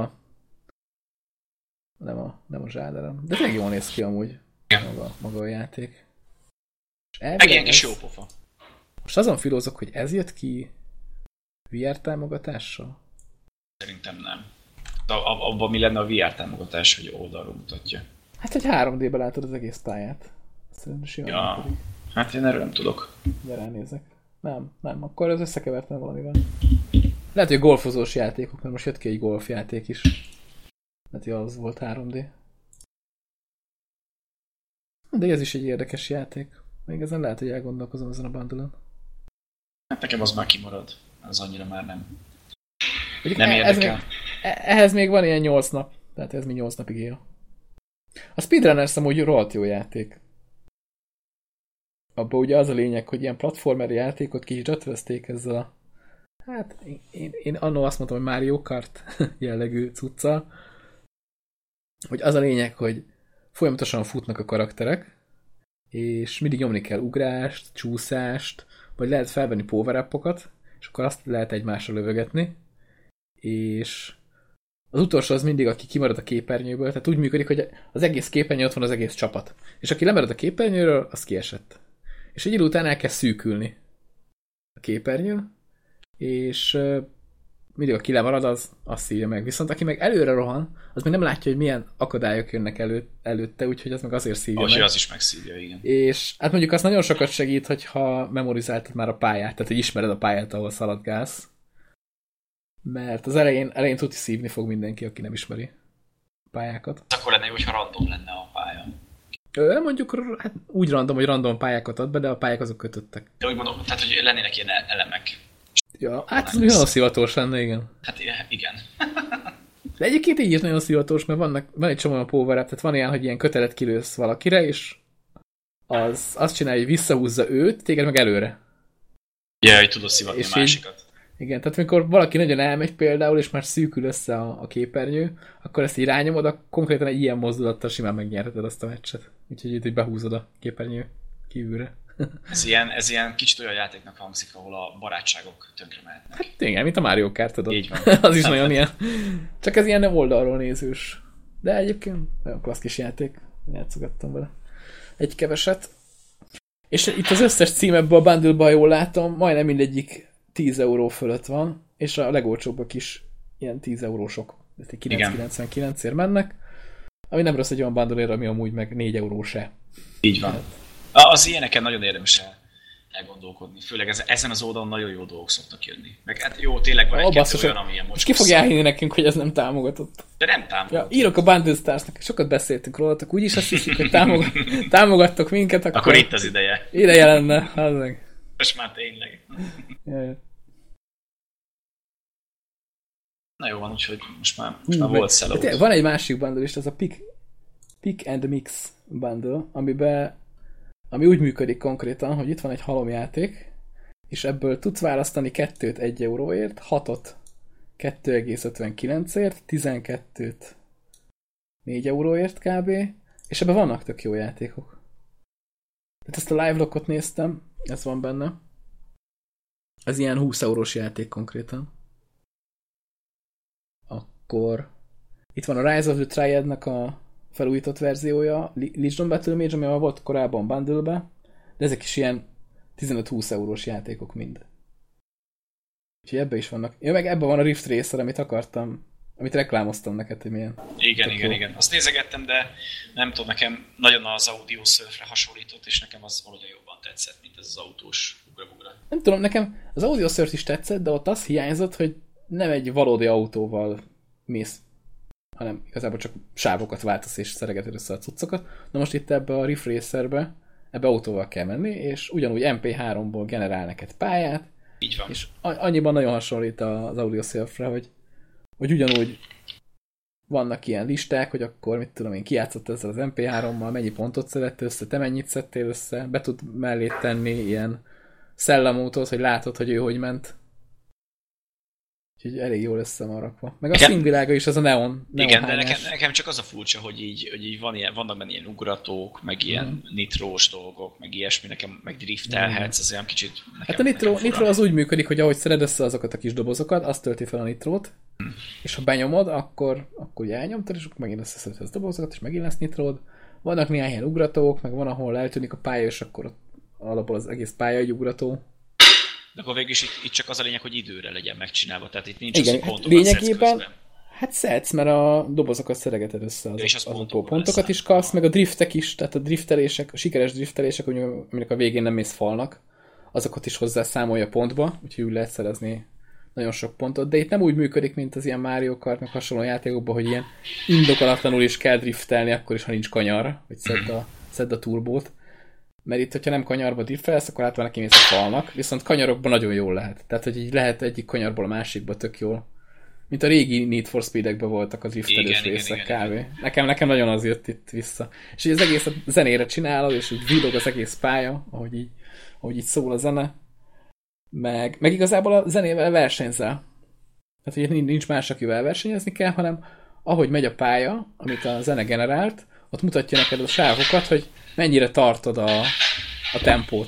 a zsáderem. De tényleg jól néz ki amúgy maga a játék. Meg ilyen kis jó pofa. Most azon filózok, hogy ez jött ki VR támogatással? Szerintem nem. Abban mi lenne a VR támogatás, hogy oldalról mutatja? Hát, hogy 3D-be látod az egész pályát. Szerintem simán. Ja, hát én erről nem tudok. De ránézek. Nem. Akkor az összekevertem valamivel. Lehet, hogy golfozós játékok, mert most jött ki egy golfjáték is. Hát ja, az volt 3D. De ez is egy érdekes játék. Még ezen lehet, hogy elgondolkozom ezen a bundle-on. Hát nekem az már kimarad. Az annyira már nem. Nem érdekel. Ehhez még van ilyen 8 nap. Tehát ez még 8 napig él. A Speedrunners amúgy rohadt jó játék. Abban ugye az a lényeg, hogy ilyen platformer játékot ki is ötvözték ezzel a... Hát én annól azt mondtam, hogy Mario Kart jellegű cuccal. Hogy az a lényeg, hogy folyamatosan futnak a karakterek, és mindig nyomni kell ugrást, csúszást, vagy lehet felvenni power-upokat, és akkor azt lehet egymásra lövögetni, és az utolsó az mindig, aki kimarad a képernyőből, tehát úgy működik, hogy az egész képernyő ott van az egész csapat. És aki lemarad a képernyőről, az kiesett. És egy idő után elkezd szűkülni a képernyőn, és mindig aki lemarad, az szívja meg. Viszont aki meg előre rohan, az még nem látja, hogy milyen akadályok jönnek előtte, úgyhogy az meg azért szívja meg. Az is megszívja, igen. És hát mondjuk az nagyon sokat segít, hogyha memorizáltad már a pályát, tehát hogy ismered a pályát, ahol szaladgálsz. Mert az elején tuti szívni fog mindenki, aki nem ismeri a pályákat. Az akkor lenne jó, hogyha random lenne a pálya. Mondjuk hát úgy random, hogy random pályákat ad be, de a pályák azok kötöttek. De úgy mondom, tehát hogy lennének ilyen elemek. Ja, hát ez nagyon szivatós lenne, igen. Hát igen. De egyébként így is nagyon szivatós, mert van egy csomó a power-up, tehát van ilyen, hogy ilyen kötelet kilősz valakire, és az azt csinálja, hogy visszahúzza őt, téged meg előre. Ja, hogy tudod szivatni a másikat. Igen, tehát amikor valaki nagyon elmegy például, és már szűkül össze a képernyő, akkor ezt így rányomod, akkor konkrétan egy ilyen mozdulattal simán megnyerheted azt a meccset. Úgyhogy itt behúzod a képernyő kívülre. Ez ilyen kicsit olyan játéknak hangzik, ahol a barátságok tönkre mehetnek. Hát igen, mint a Mario Kart, tudod. Így van. Az is nagyon ilyen. Csak ez ilyen oldalról nézős. De egyébként nagyon klassz kis játék. Játszogattam vele egy keveset. És itt az összes cím ebből a bundle-ban, jól látom, majdnem mindegyik 10 euró fölött van, és a legolcsóbbak is ilyen 10 eurósok. 9,99-ért mennek. Ami nem rossz egy olyan bundle-ért, ami amúgy meg 4 euró se. Így van. Az ilyeneken nagyon érdemes elgondolkodni. Főleg ezen az oldalon nagyon jó dolgok szoktak jönni. Meg hát jó, tényleg van egy-kettő olyan, amilyen most. Ki fogja elhinni nekünk, hogy ez nem támogatott? De nem támogatott. Ja, írok a Bundle Starsnak, sokat beszéltünk rólatok, úgyis azt hiszik, hogy támogattok minket, akkor itt az ideje. Ideje lenne, az meg. Most már tényleg. Jaj. Na jó van, úgyhogy most már volt sell-out. Van egy másik bundle is, ez a Pick and Mix bundle, ami úgy működik konkrétan, hogy itt van egy halomjáték, és ebből tudsz választani 2-t 1 euróért, 6-ot 2,59-ért, 12-t 4 euróért kb. És ebben vannak tök jó játékok. Tehát ezt a live lockot néztem, ez van benne. Ez ilyen 20 eurós játék konkrétan. Akkor itt van a Rise of the Triad-nek a felújított verziója, Legion Battle Mage, ami volt korábban bundle-be, de ezek is ilyen 15-20 eurós játékok mind. Úgyhogy ebbe is vannak. Ja, meg ebben van a Rift Racer, amit reklámoztam neked, hogy milyen. Igen. Azt nézegettem, de nem tudom, nekem nagyon az Audio Surfre hasonlított, és nekem az valahogy jobban tetszett, mint ez az autós ugra-bugra. Nem tudom, nekem az Audio Surf is tetszett, de ott az hiányzott, hogy nem egy valódi autóval mész, hanem igazából csak sávokat váltasz és szeregeted össze a cuccokat. Na most itt ebbe a Rift Racerbe, ebbe autóval kell menni, és ugyanúgy MP3-ból generál neked pályát. Így van. És annyiban nagyon hasonlít az Audio Surfre, hogy ugyanúgy vannak ilyen listák, hogy akkor mit tudom én, kijátszott ezzel az MP3-mal, mennyi pontot szedett össze, te mennyit szedtél össze, be tud mellé tenni ilyen szellemautót, hogy látod, hogy ő hogy ment. Úgyhogy elég jól össze van rakva. Meg a színvilága is, az a neon igen, de nekem csak az a furcsa, hogy így vannak benne ilyen ugratók, meg ilyen nitrós dolgok, meg ilyesmi, nekem meg driftelhetsz, az olyan kicsit... Hát a nitro az úgy működik, hogy ahogy szeded össze azokat a kis dobozokat, azt tölti fel a nitrót, és ha benyomod, akkor ugye elnyomtad, és akkor megint összeszeded a dobozokat, és megint lesz nitród. Vannak néhány ilyen ugratók, meg van, ahol eltűnik a pálya, és akkor ott alapból az egész pálya egy ugrató. De akkor végül is itt csak az a lényeg, hogy időre legyen megcsinálva, tehát itt nincs igen, az, hogy pontokat lényegében, hát szedsz, mert a dobozokat szeregeted össze, azok pontokat is kapsz, meg a driftek is, tehát a driftelések, a sikeres driftelések, aminek a végén nem mész falnak, azokat is hozzá számolja pontba, úgyhogy úgy lehet szerezni nagyon sok pontot, de itt nem úgy működik, mint az ilyen Mario Kart, meg hasonló játékokban, hogy ilyen indokolatlanul is kell driftelni, akkor is, ha nincs kanyar, hogy szedd a turbót. Mert itt, hogyha nem kanyarba driftelsz, akkor általában kimész a falnak, viszont kanyarokban nagyon jól lehet. Tehát, hogy így lehet egyik kanyarból a másikba tök jól. Mint a régi Need for Speed-ekben voltak a driftelős részek kb. Nekem nagyon az jött itt vissza. És így az egész a zenére csinálod, és úgy villog az egész pálya, ahogy így szól a zene. Meg igazából a zenével versenyzel. Tehát, hogy nincs más, akivel versenyezni kell, hanem ahogy megy a pálya, amit a zene generált, ott mutatja neked a sávokat, hogy mennyire tartod a tempót.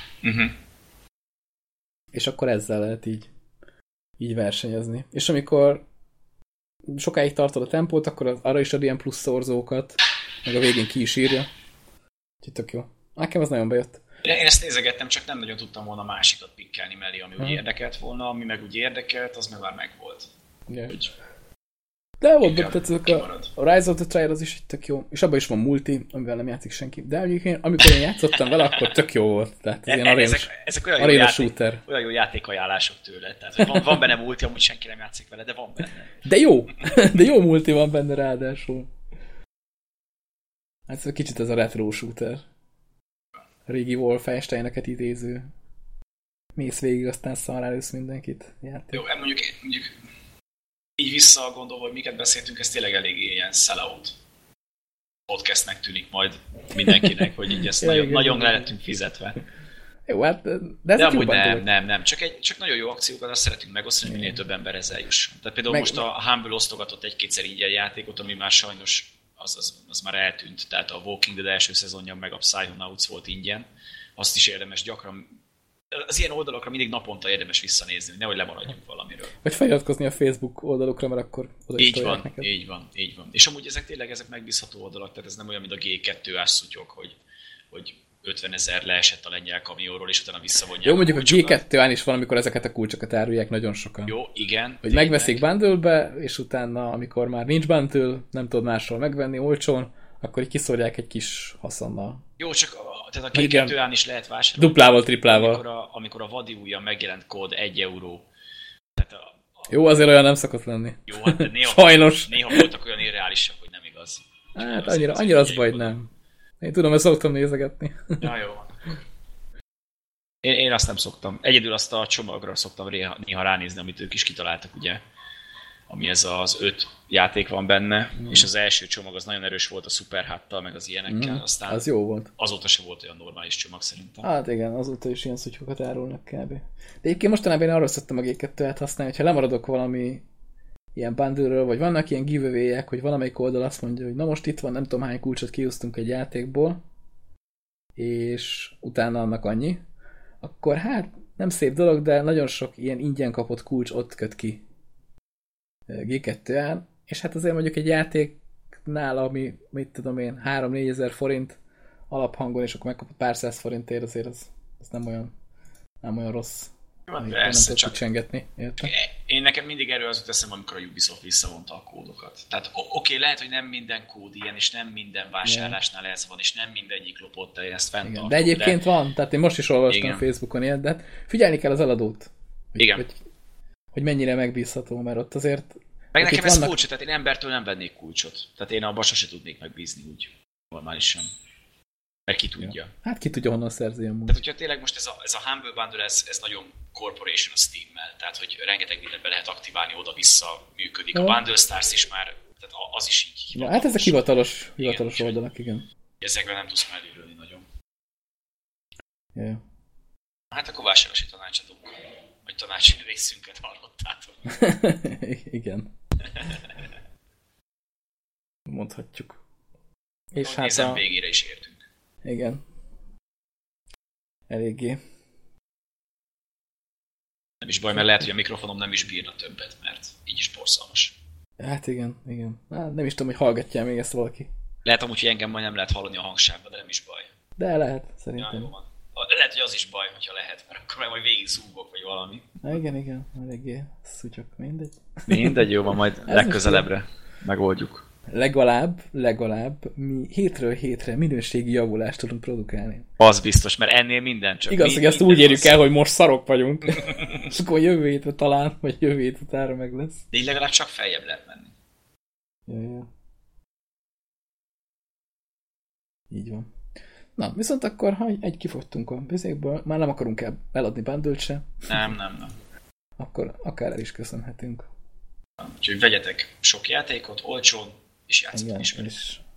És akkor ezzel lehet így versenyezni. És amikor sokáig tartod a tempót, akkor arra is ad ilyen plusz szorzókat, meg a végén ki is írja. Úgyhogy tök jó. Nekem az nagyon bejött. Én ezt nézegettem, csak nem nagyon tudtam volna másikat pikkelni mellé, ami úgy érdekelt volna, ami meg úgy érdekelt, az meg már megvolt. Yeah. De volt, tehát a Rise of the Triad az is tök jó, és abban is van multi, amivel nem játszik senki. De amikor én játszottam vele, akkor tök jó volt. Tehát ez ilyen ezek aréna shooter. Olyan jó játékajánlások tőle. Tehát van benne multi, amúgy senki nem játszik vele, de van benne. De jó! De jó multi van benne ráadásul. Hát ez kicsit ez a retro shooter. A régi Wolfensteineket idéző. Mész végig, aztán szarrálősz mindenkit. Játék. Jó, mondjuk így visszagondolva, hogy miket beszéltünk, ez tényleg eléggé ilyen sellout podcastnek tűnik majd mindenkinek, hogy így ezt nagyon le lettünk fizetve. Jó, hát, de amúgy nem. Csak nagyon jó akciókat, azt szeretünk megosztani, hogy minél több ember ezzel jusson. Tehát például most a Humble osztogatott egy-kétszer ingyen játékot, ami már sajnos az már eltűnt. Tehát a Walking Dead első szezonja meg a Psychonauts volt ingyen. Azt is érdemes gyakran, az ilyen oldalakra mindig naponta érdemes visszanézni, nehogy lemaradjunk valamiről. Vagy feliratkozni a Facebook oldalukra, mert akkor oda is tolják neked. Így van. És amúgy ezek megbízható oldalak, tehát ez nem olyan, mint a G2-ás szutyok, hogy 50 000 leesett a lengyel kamionról, és utána visszavonják. Jó, mondjuk a G2-án is van, amikor ezeket a kulcsokat árulják nagyon sokan. Jó, igen. Hogy megveszik bundle-be, és utána, amikor már nincs bundle, nem tudod máshol megvenni olcsón, akkor így kiszórják egy kis haszonnal. Jó, csak tehát a G2-án is lehet vásárolni. Duplával, triplával. Amikor a vadi ujjan megjelent kód 1 euró. Tehát jó, azért olyan nem szokott lenni. Jó, hát de sajnos. Néha voltak olyan irreálisak, hogy nem igaz. Hát annyira az baj, nem. Én tudom, ezt szoktam nézegetni. Ja, jó. Én azt nem szoktam. Egyedül azt a csomagra szoktam néha ránézni, amit ők is kitaláltak, ugye? Ami ez az 5 játék van benne, és az első csomag az nagyon erős volt a Superháttal, meg az ilyenekkel, aztán az jó volt. Azóta se volt olyan normális csomag szerintem. Hát igen, azóta is ilyen szutyokat árulnak kb. De egyébként mostanában én arra szoktam a G2-et használni, hogyha lemaradok valami ilyen bundle-ről, vagy vannak ilyen giveaway-ek, hogy valamelyik oldal azt mondja, hogy na most itt van, nem tudom hány kulcsot kihúztunk egy játékból, és utána annak annyi, akkor hát nem szép dolog, de nagyon sok ilyen ingyen kapott kulcs ott köt ki G2-en, és hát azért mondjuk egy játéknál, ami, mit tudom én, 3-4 ezer forint alaphangon, és akkor megkapod pár száz forintért, azért az nem olyan rossz. Nem tudod kicsengetni, érte? Én nekem mindig erről az jut eszembe, amikor a Ubisoft visszavonta a kódokat. Tehát oké, lehet, hogy nem minden kód ilyen, és nem minden vásárlásnál ez van, és nem mindegyik lopott el, én ezt fenntartom. De egyébként van, tehát én most is olvastam a Facebookon ilyet, de hát figyelni kell az eladót. Hogy mennyire megbízható, mert ott azért... Meg nekem ez kulcsot, tehát én embertől nem vennék kulcsot. Tehát én abban sose tudnék megbízni úgy normálisan. Mert ki tudja. Hát ki tudja, honnan szerzi amúgy. Tehát hogyha tényleg most ez a Humble Bundle, ez nagyon corporation a Steam-mel. Tehát, hogy rengeteg mindent be lehet aktiválni, oda-vissza működik. A Bundle Stars is már, tehát az is így hivatalos. Hát ezek hivatalos oldalak, igen. Ezekben nem tudsz mellélőni nagyon. Yeah. Hát akkor vásárlási tanácsadók, vagy tanácsi részünket hallottátok. Igen. Mondhatjuk. És hát végére is értünk. Igen. Eléggé. Nem is baj, mert lehet, hogy a mikrofonom nem is bírna többet, mert így is borzalmas. Hát igen. Hát nem is tudom, hogy hallgatja még ezt valaki. Lehet amúgy, hogy engem majd nem lehet hallani a hangsávban, de nem is baj. De lehet, szerintem. Ja, van. Lehet, hogy az is baj, hogyha lehet, mert akkor majd végig zúgok, vagy valami. Igen, eléggé szutyok, mindegy. Mindegy, jó van, majd legközelebbre megoldjuk. Legalább mi hétről hétre minőségi javulást tudunk produkálni. Az biztos, mert ennél minden csak. Igaz, hogy ezt úgy érjük el, hogy most szarok vagyunk. És akkor jövő hétre talán, vagy jövő hét utára meg lesz. De így legalább csak feljebb lehet menni. Ja. Így van. Na, viszont akkor, ha egy kifogytunk a bizékből, már nem akarunk eladni bundle-t se. Nem. Akkor akár el is köszönhetünk. Úgyhogy vegyetek sok játékot, olcsón, és játszatok is vele.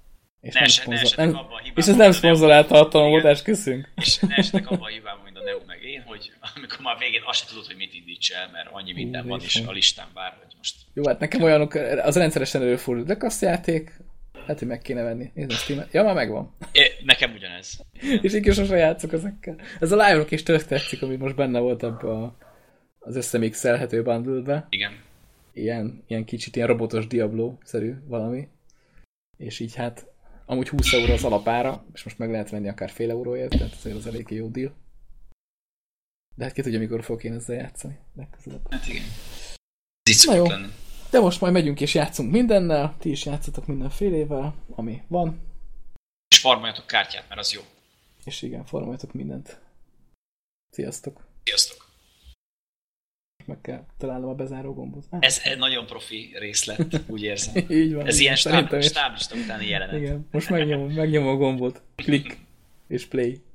És ez nem szponzorált tartalom volt, esküszünk. És ne esetek abban a hibában, mint a Neo meg én, hogy amikor már végén azt se tudod, hogy mit indíts el, mert annyi minden van, és a listán vár, hogy most... Jó, hát nekem olyanok, az rendszeresen előfordul, de kassz játék, hát, hogy meg kéne venni. Nézd a Steam-et. Ja, már megvan. Nekem ugyanez. És így sosem játszok ezekkel. Ez a Live-ok is tök tetszik, ami most benne volt abban az összemixelhető bundle-be. Igen. Ilyen kicsit ilyen robotos Diablo-szerű valami. És így hát amúgy 20 euró az alapára, és most meg lehet venni akár fél euróért, tehát azért az elég jó deal. De hát ki tudja, mikor fogok én ezzel játszani legközelebb. Hát igen. Ez így szokott lenni. De most majd megyünk és játszunk mindennel, ti is játszatok mindenfélével, ami van. És farmoljatok kártyát, mert az jó. És igen, farmoljatok mindent. Sziasztok! Sziasztok! Meg kell találnom a bezáró gombot. Ez egy nagyon profi részlet, úgy érzem. Így van. Ez ilyen stáblista utáni jelenet. Igen, most megnyomom a gombot. Klik és play.